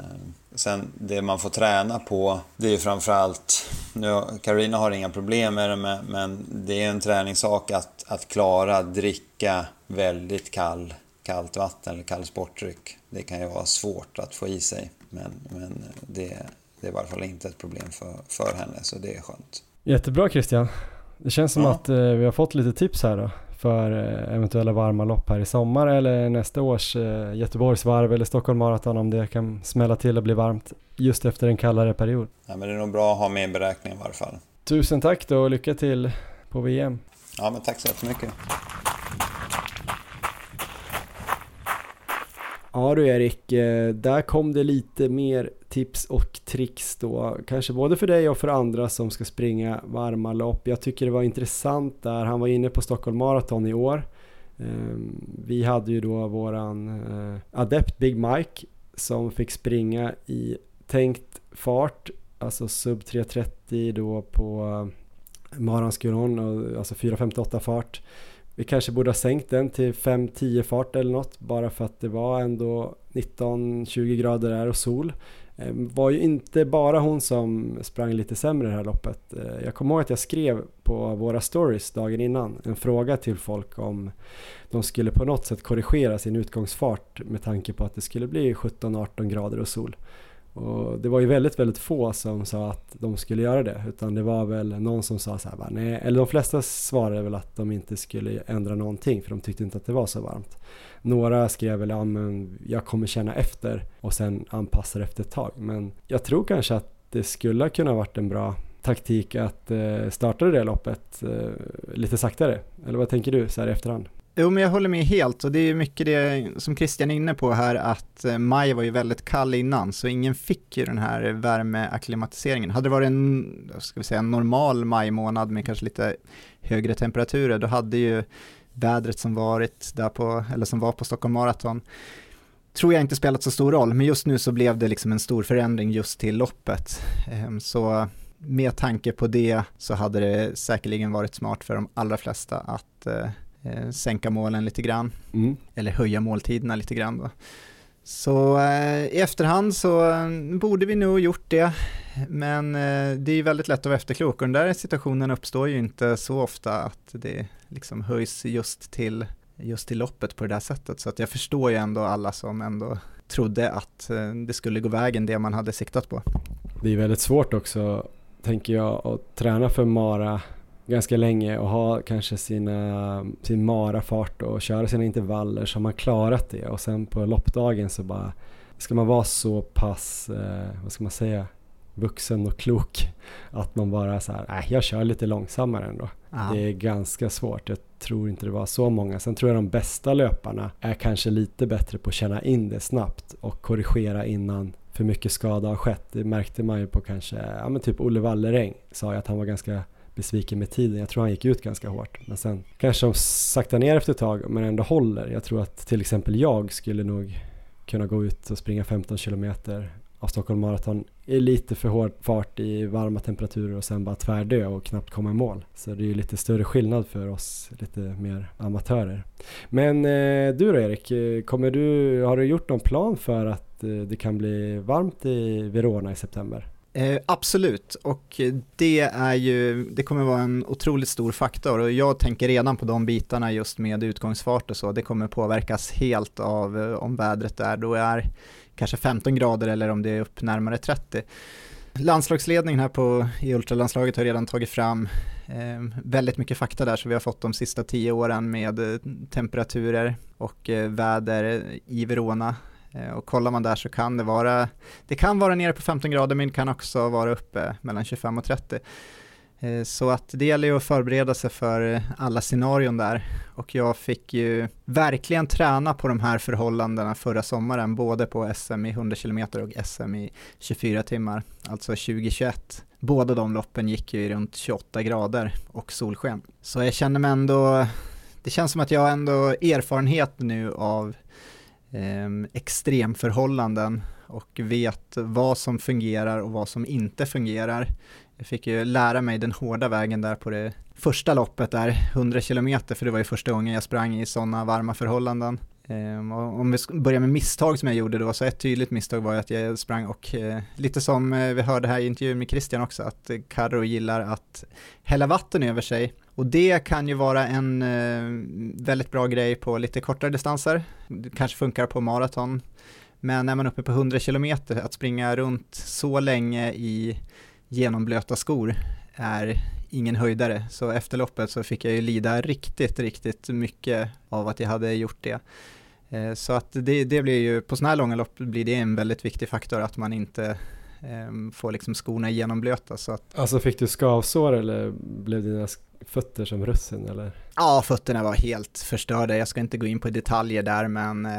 Sen det man får träna på det är framförallt, Carolina har inga problem med det men det är en träningssak att klara dricka väldigt kallt vatten eller kall sportdryck. Det kan ju vara svårt att få i sig men det är i varje fall inte ett problem för henne så det är skönt. Jättebra Christian. Det känns som att vi har fått lite tips här då för eventuella varma lopp här i sommar eller nästa års Göteborgsvarv eller Stockholm Marathon om det kan smälla till och bli varmt just efter en kallare period. Ja, men det är nog bra att ha med beräkning i varje fall. Tusen tack då och lycka till på VM. Ja, men tack så jättemycket. Ja du Erik, där kom det lite mer tips och tricks då. Kanske både för dig och för andra som ska springa varma lopp. Jag tycker det var intressant där. Han var inne på Stockholm Marathon i år. Vi hade ju då våran adept Big Mike som fick springa i tänkt fart. Alltså sub 3.30 då på Maranskuron och alltså 4.58 fart. Vi kanske borde ha sänkt den till 5-10 fart eller något bara för att det var ändå 19-20 grader där och sol. Var ju inte bara hon som sprang lite sämre det här loppet. Jag kommer ihåg att jag skrev på våra stories dagen innan en fråga till folk om de skulle på något sätt korrigera sin utgångsfart med tanke på att det skulle bli 17-18 grader och sol. Och det var ju väldigt, väldigt få som sa att de skulle göra det. Utan det var väl någon som sa så här, nej. Eller de flesta svarade väl att de inte skulle ändra någonting. För de tyckte inte att det var så varmt. Några skrev väl, ja men jag kommer känna efter. Och sen anpassar efter ett tag. Men jag tror kanske att det skulle kunna varit en bra taktik att starta det loppet lite saktare. Eller vad tänker du så här i efterhand? Jo, men jag håller med helt och det är mycket det som Christian är inne på här att maj var ju väldigt kall innan så ingen fick ju den här värmeakklimatiseringen. Hade det varit en normal majmånad med kanske lite högre temperaturer då hade ju vädret som varit där på, eller som var på Stockholm Marathon tror jag inte spelat så stor roll, men just nu så blev det liksom en stor förändring just till loppet. Så med tanke på det så hade det säkerligen varit smart för de allra flesta att sänka målen lite grann, eller höja måltiderna lite grann då. Så i efterhand så borde vi nog gjort det, men det är ju väldigt lätt att vara efterklok, och den där situationen uppstår ju inte så ofta att det liksom höjs just till loppet på det där sättet. Så att jag förstår ju ändå alla som ändå trodde att det skulle gå vägen det man hade siktat på. Det är väldigt svårt också, tänker jag, att träna för mara ganska länge och ha kanske sin marafart och köra sina intervaller som man klarat det, och sen på loppdagen så bara ska man vara så pass, vad ska man säga, vuxen och klok att man bara så här, jag kör lite långsammare ändå. Aha. Det är ganska svårt. Jag tror inte det var så många. Sen tror jag de bästa löparna är kanske lite bättre på att känna in det snabbt och korrigera innan för mycket skada har skett. Det märkte man ju på kanske, men typ Olle Walleräng sa ju att han var ganska besviken med tiden. Jag tror han gick ut ganska hårt. Men sen kanske de saktar ner efter ett tag men ändå håller. Jag tror att till exempel jag skulle nog kunna gå ut och springa 15 kilometer av Stockholm Marathon i lite för hård fart i varma temperaturer och sen bara tvärdö och knappt komma i mål. Så det är ju lite större skillnad för oss lite mer amatörer. Men du då Erik, har du gjort någon plan för att det kan bli varmt i Verona i september? Absolut, och det kommer vara en otroligt stor faktor, och jag tänker redan på de bitarna just med utgångsfart och så. Det kommer påverkas helt av om vädret då är kanske 15 grader eller om det är upp närmare 30. Landslagsledningen här i ultralandslaget har redan tagit fram väldigt mycket fakta där, så vi har fått de sista 10 åren med temperaturer och väder i Verona. Och kollar man där så kan det kan vara nere på 15 grader, men det kan också vara uppe mellan 25 och 30. Så att det gäller ju att förbereda sig för alla scenarion där, och jag fick ju verkligen träna på de här förhållandena förra sommaren, både på SM i 100 km och SM i 24 timmar, alltså 2021. Båda de loppen gick ju runt 28 grader och solsken. Så jag känner mig ändå, det känns som att jag har ändå erfarenhet nu av extremförhållanden och vet vad som fungerar och vad som inte fungerar. Jag fick ju lära mig den hårda vägen där på det första loppet där, 100 kilometer, för det var ju första gången jag sprang i sådana varma förhållanden. Och om vi börjar med misstag som jag gjorde då, så ett tydligt misstag var att jag sprang och lite som vi hörde här i intervjun med Christian också, att Karo gillar att hälla vatten över sig. Och det kan ju vara en väldigt bra grej på lite kortare distanser. Det kanske funkar på maraton. Men när man är uppe på 100 kilometer, att springa runt så länge i genomblöta skor är ingen höjdare. Så efter loppet så fick jag ju lida riktigt, riktigt mycket av att jag hade gjort det. Så att det blir ju, på såna här långa lopp blir det en väldigt viktig faktor att man inte får liksom skorna genomblöta. Så att... Alltså fick du skavsår eller blev dina fötter som russin eller? Ja, fötterna var helt förstörda. Jag ska inte gå in på detaljer där, men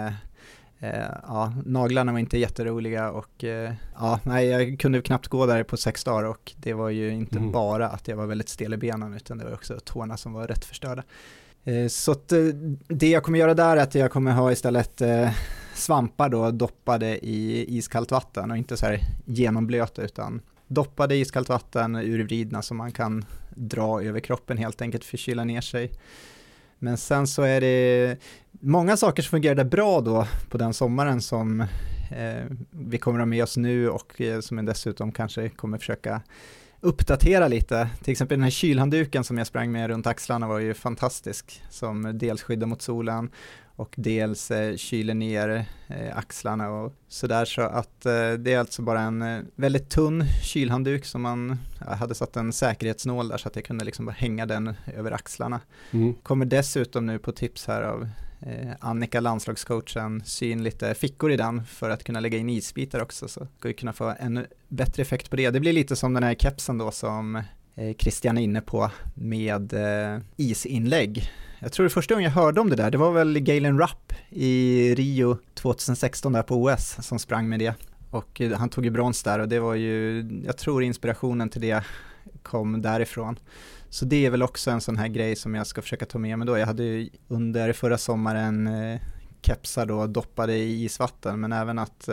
naglarna var inte jätteroliga och jag kunde knappt gå där på 6 dagar, och det var ju inte bara att jag var väldigt stel i benen, utan det var också tårna som var rätt förstörda. Så att det jag kommer göra där är att jag kommer ha istället svampar då doppade i iskallt vatten, och inte så här genomblöta utan doppade i iskallt vatten urvridna som man kan dra över kroppen helt enkelt för att kyla ner sig. Men sen så är det många saker som fungerade bra då på den sommaren som vi kommer ha med oss nu, och som jag dessutom kanske kommer försöka uppdatera lite. Till exempel den här kylhandduken som jag sprang med runt axlarna var ju fantastisk, som dels skyddar mot solen och dels kyler ner axlarna och sådär. Så att det är alltså bara en väldigt tunn kylhandduk som man hade satt en säkerhetsnål där, så att jag kunde liksom bara hänga den över axlarna. Kommer dessutom nu på tips här av Annika, landslagscoachen, sy in lite fickor i den för att kunna lägga in isbitar också, så ska vi kunna få en bättre effekt på det. Det blir lite som den här kepsen då som Christian är inne på med isinlägg. Jag tror det första gången jag hörde om det var väl Galen Rupp i Rio 2016 där på OS som sprang med det, och han tog ju brons där, och det var ju, jag tror inspirationen till det kom därifrån. Så det är väl också en sån här grej som jag ska försöka ta med mig då. Jag hade ju under förra sommaren kepsar då doppade i isvatten, men även att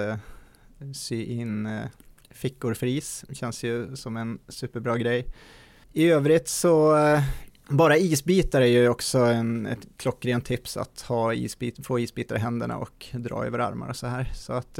sy in fickor för is känns ju som en superbra grej. I övrigt så bara isbitar är ju också ett klockrent tips, att få isbitar i händerna och dra över armar och så här. Så att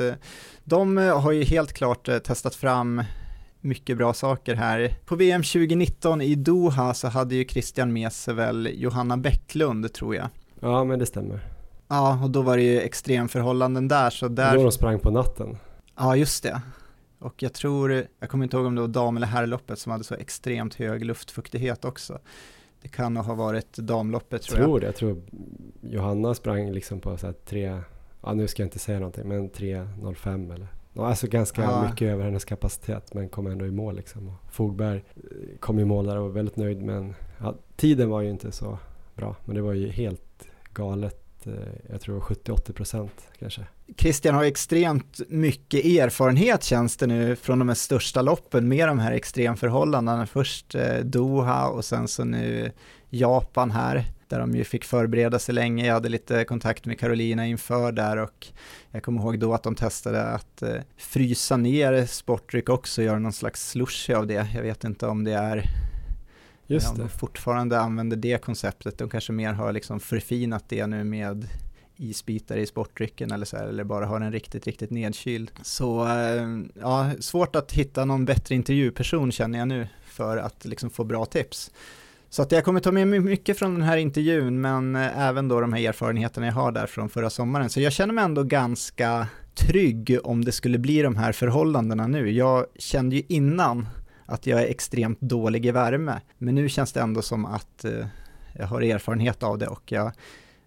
de har ju helt klart testat fram mycket bra saker här. På VM 2019 i Doha så hade ju Christian med sig väl Johanna Bäcklund, tror jag. Ja, men det stämmer. Ja, och då var det ju extremförhållanden där. Så där... Då de sprang på natten. Ja, just det. Och jag kommer inte ihåg om det var dam- eller herrloppet som hade så extremt hög luftfuktighet också. Det kan nog ha varit damloppet, tror jag. Jag tror Johanna sprang liksom på så här 3, ja nu ska jag inte säga någonting, men 3.05 eller. Alltså ganska mycket över hennes kapacitet, men kom ändå i mål liksom. Och Fogberg kom i mål där och var väldigt nöjd, men tiden var ju inte så bra. Men det var ju helt galet. Jag tror 70-80% kanske. Christian har extremt mycket erfarenhet, känns det nu, från de här största loppen med de här extremförhållandena. Först Doha och sen så nu Japan här, där de ju fick förbereda sig länge. Jag hade lite kontakt med Carolina inför där, och jag kommer ihåg då att de testade att frysa ner sportdryck också, göra någon slags slushy av det. Jag vet inte om det är... Just det. De fortfarande använder det konceptet. De kanske mer har liksom förfinat det nu med isbitar i sportdrycken eller så här, eller bara har den riktigt nedkyld. Så ja, svårt att hitta någon bättre intervjuperson, känner jag nu, för att liksom få bra tips. Så att jag kommer ta med mig mycket från den här intervjun, men även då de här erfarenheterna jag har där från förra sommaren. Så jag känner mig ändå ganska trygg om det skulle bli de här förhållandena nu. Jag kände ju innan att jag är extremt dålig i värme, men nu känns det ändå som att jag har erfarenhet av det och jag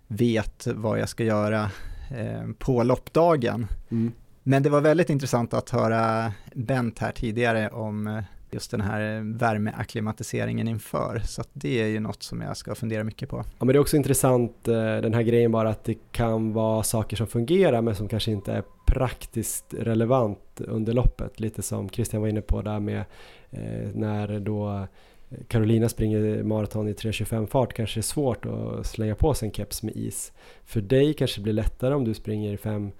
vet vad jag ska göra på loppdagen. Men det var väldigt intressant att höra Bent här tidigare om just den här värmeakklimatiseringen inför, så att det är ju något som jag ska fundera mycket på. Ja, men det är också intressant den här grejen, bara att det kan vara saker som fungerar men som kanske inte är praktiskt relevant under loppet, lite som Christian var inne på där med när då Carolina springer maraton i 3.25 fart, kanske är svårt att slänga på sig en keps med is. För dig kanske det blir lättare om du springer i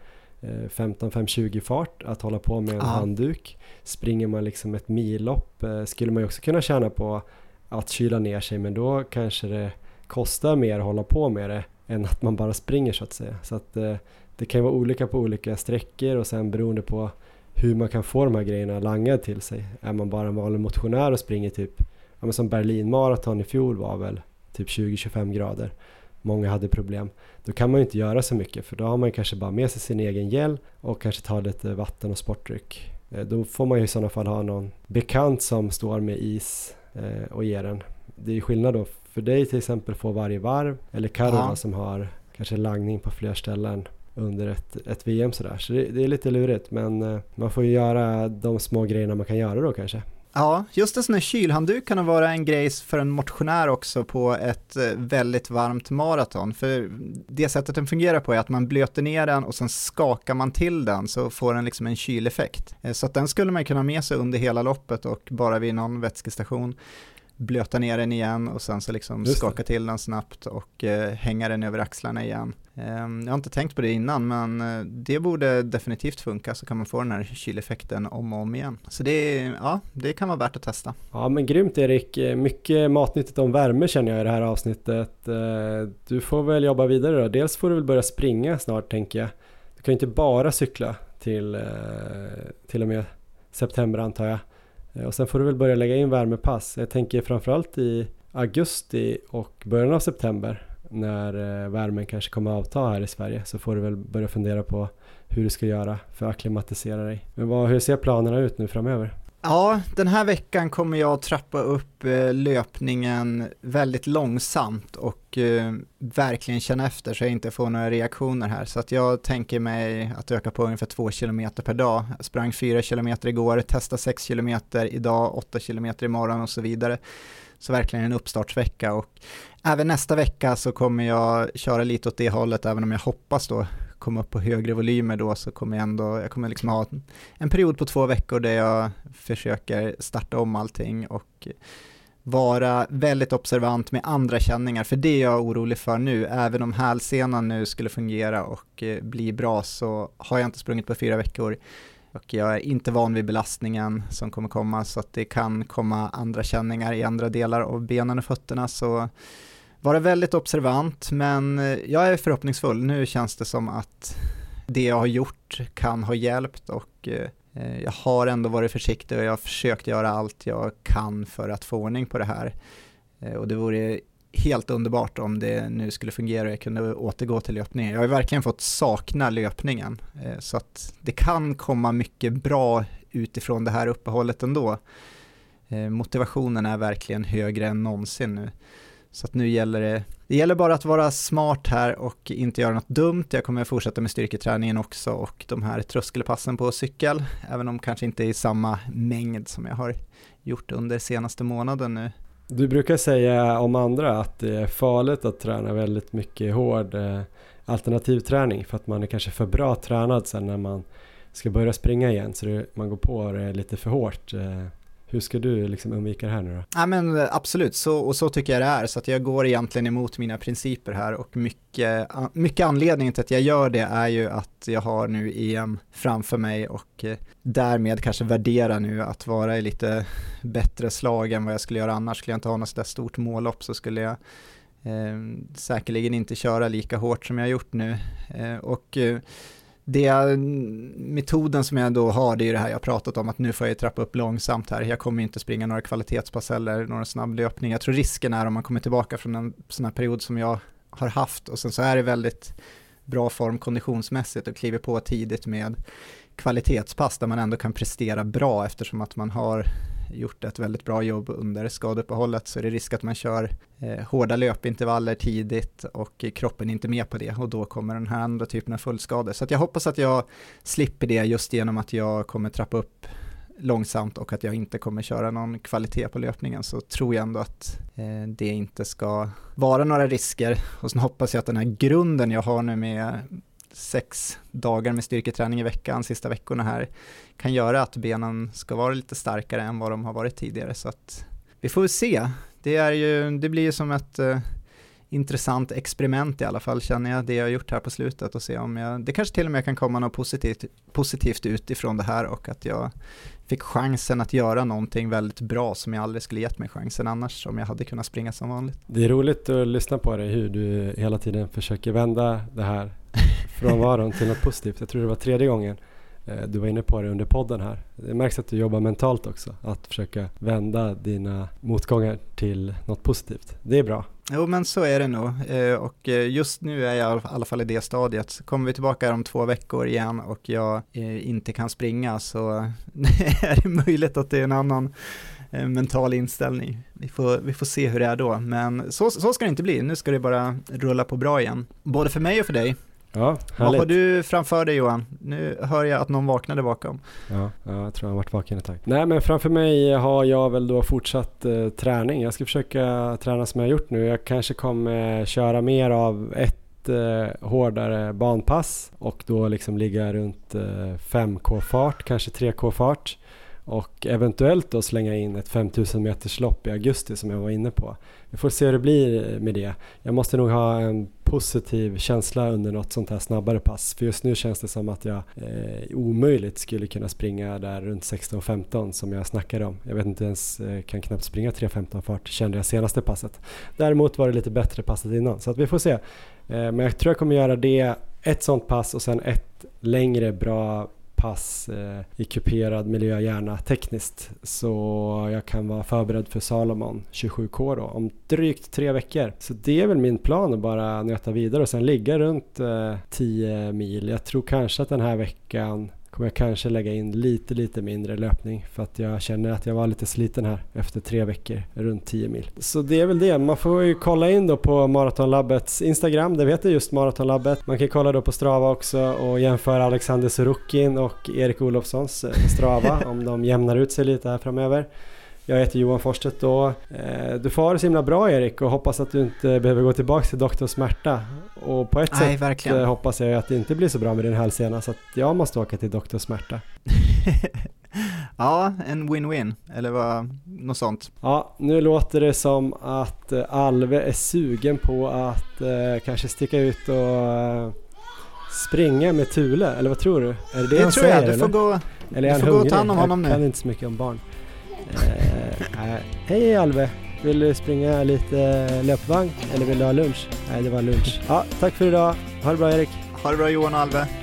15-5.20 fart att hålla på med en handduk. Springer man liksom ett millopp skulle man ju också kunna tjäna på att kyla ner sig, men då kanske det kostar mer att hålla på med det än att man bara springer, så att säga. Så att det kan vara olika på olika sträckor, och sen beroende på hur man kan få de här grejerna langade till sig. Är man bara en vanlig motionär och springer typ, ja, men som Berlin maraton i fjol var väl typ 20-25 grader. Många hade problem. Då kan man ju inte göra så mycket, för då har man kanske bara med sig sin egen gel och kanske ta lite vatten och sportdryck. Då får man ju i sådana fall ha någon bekant som står med is och ger den. Det är ju skillnad då för dig till exempel få varje varv, eller Carola som har kanske langning på fler ställen under ett VM sådär. Så det är lite lurigt, men man får ju göra de små grejerna man kan göra då kanske. Ja, just en sån här kylhandduk kan vara en grej för en motionär också på ett väldigt varmt maraton. För det sättet den fungerar på är att man blöter ner den och sen skakar man till den, så får den liksom en kyleffekt. Så att den skulle man kunna ha med sig under hela loppet och bara vid någon vätskestation blöta ner den igen och sen så liksom skaka till den snabbt och hänga den över axlarna igen. Jag har inte tänkt på det innan, men det borde definitivt funka, så kan man få den här kyleffekten om och om igen. Så det kan vara värt att testa. Ja, men grymt Erik. Mycket matnyttigt om värme känner jag i det här avsnittet. Du får väl jobba vidare då. Dels får du väl börja springa snart, tänker jag. Du kan ju inte bara cykla till och med september, antar jag. Och sen får du väl börja lägga in värmepass. Jag tänker framförallt i augusti och början av september, när värmen kanske kommer att avta här i Sverige, så får du väl börja fundera på hur du ska göra för att akklimatisera dig. Men hur ser planerna ut nu framöver? Ja, den här veckan kommer jag att trappa upp löpningen väldigt långsamt och verkligen känna efter så jag inte får några reaktioner här. Så att jag tänker mig att öka på ungefär 2 kilometer per dag. Jag sprang 4 kilometer igår, testa 6 kilometer idag, 8 kilometer imorgon och så vidare. Så verkligen en uppstartsvecka, och även nästa vecka så kommer jag köra lite åt det hållet, även om jag hoppas då komma upp på högre volymer då, så kommer jag kommer liksom ha en period på 2 veckor där jag försöker starta om allting och vara väldigt observant med andra känningar, för det är jag orolig för nu. Även om hälsenan nu skulle fungera och bli bra, så har jag inte sprungit på 4 veckor och jag är inte van vid belastningen som kommer komma, så att det kan komma andra känningar i andra delar av benen och fötterna. Så vara väldigt observant, men jag är förhoppningsfull. Nu känns det som att det jag har gjort kan ha hjälpt, och jag har ändå varit försiktig och jag har försökt göra allt jag kan för att få ordning på det här. Och det vore helt underbart om det nu skulle fungera och jag kunde återgå till löpningen. Jag har verkligen fått sakna löpningen, så att det kan komma mycket bra utifrån det här uppehållet ändå. Motivationen är verkligen högre än någonsin nu. Så att nu gäller det gäller bara att vara smart här och inte göra något dumt. Jag kommer fortsätta med styrketräningen också och de här tröskelpassen på cykel, även om kanske inte i samma mängd som jag har gjort under senaste månaden nu. Du brukar säga om andra att det är farligt att träna väldigt mycket hård alternativ träning för att man är kanske för bra tränad sen när man ska börja springa igen, så man går på det lite för hårt. Hur ska du liksom undvika det här nu då? Ja, men absolut, så tycker jag det är. Så att jag går egentligen emot mina principer här, och mycket anledningen till att jag gör det är ju att jag har nu EM framför mig och därmed kanske värdera nu att vara i lite bättre slag än vad jag skulle göra annars. Skulle jag inte ha något sådär stort mållopp så skulle jag säkerligen inte köra lika hårt som jag har gjort nu. Metoden som jag då har, det är ju det här jag pratat om, att nu får jag trappa upp långsamt här. Jag kommer inte springa några kvalitetspass eller några snabblöpning. Jag tror risken är om man kommer tillbaka från en sån här period som jag har haft och sen så är det väldigt bra form konditionsmässigt och kliver på tidigt med kvalitetspass där man ändå kan prestera bra, eftersom att man har gjort ett väldigt bra jobb under skadeuppehållet, så är det risk att man kör hårda löpintervaller tidigt och kroppen är inte med på det, och då kommer den här andra typen av fullskador. Så att jag hoppas att jag slipper det just genom att jag kommer trappa upp långsamt och att jag inte kommer köra någon kvalitet på löpningen, så tror jag ändå att det inte ska vara några risker. Och sen hoppas jag att den här grunden jag har nu med 6 dagar med styrketräning i veckan sista veckorna här kan göra att benen ska vara lite starkare än vad de har varit tidigare. Så att vi får se. Det blir ju som ett intressant experiment i alla fall, känner jag, det jag har gjort här på slutet, och se om det kanske till och med kan komma något positivt utifrån det här, och att jag fick chansen att göra någonting väldigt bra som jag aldrig skulle gett mig chansen annars, om jag hade kunnat springa som vanligt. Det är roligt att lyssna på dig, hur du hela tiden försöker vända det här från varon till något positivt. Jag tror det var 3:e gången du var inne på det under podden här. Det märks att du jobbar mentalt också, att försöka vända dina motgångar till något positivt. Det är bra. Jo, men så är det nog, och just nu är jag i alla fall i det stadiet. Kommer vi tillbaka om 2 veckor igen och jag inte kan springa, så är det möjligt att det är en annan mental inställning. Vi får se hur det är då, men så ska det inte bli. Nu ska det bara rulla på bra igen, både för mig och för dig. Ja, härligt. Vad har du framför dig, Johan? Nu hör jag att någon vaknade bakom. Ja, jag tror han varit vaken ett tag. Nej, men framför mig har jag väl då fortsatt träning. Jag ska försöka träna som jag har gjort nu. Jag kanske kommer köra mer av ett hårdare banpass och då liksom ligga runt 5K fart, kanske 3K fart. Och eventuellt då slänga in ett 5000 meters lopp i augusti som jag var inne på. Vi får se hur det blir med det. Jag måste nog ha en positiv känsla under något sånt här snabbare pass. För just nu känns det som att jag omöjligt skulle kunna springa där runt 16-15 som jag snackade om. Jag vet inte ens, kan knappt springa 3:15 fart, kände jag senaste passet. Däremot var det lite bättre passet innan. Så att vi får se. Men jag tror jag kommer göra det, ett sånt pass och sen ett längre bra pass i kuperad miljö, gärna tekniskt, så jag kan vara förberedd för Salomon 27K då, om drygt 3 veckor. Så det är väl min plan, att bara nöta vidare och sen ligga runt 10 mil. Jag tror kanske att den här veckan kommer jag kanske lägga in lite mindre löpning, för att jag känner att jag var lite sliten här efter 3 veckor, runt 10 mil. Så det är väl det. Man får ju kolla in då på Maratonlabbets Instagram, det heter just Maratonlabbet. Man kan kolla då på Strava också och jämföra Alexander Sorokin och Erik Olofssons Strava om de jämnar ut sig lite här framöver. Jag heter Johan Forstedt då. Du får ha det så himla bra, Erik, och hoppas att du inte behöver gå tillbaka till Dr. Smärta. Och på ett sätt verkligen hoppas jag att det inte blir så bra med din hälsena, så att jag måste åka till Dr. Smärta. Ja, en win-win, eller något sånt. Ja, nu låter det som att Alve är sugen på att kanske sticka ut och springa med Thule, eller vad tror du? Är det jag tror säger, jag, du får gå, eller är han du får gå och ta hand om hungrig? honom Jag nu. kan inte så mycket om barn. Hej Alve, vill du springa lite löpvagn eller vill du ha lunch? Nej, det var lunch. Ja, tack för idag. Ha det bra Erik. Ha det bra Johan och Alve.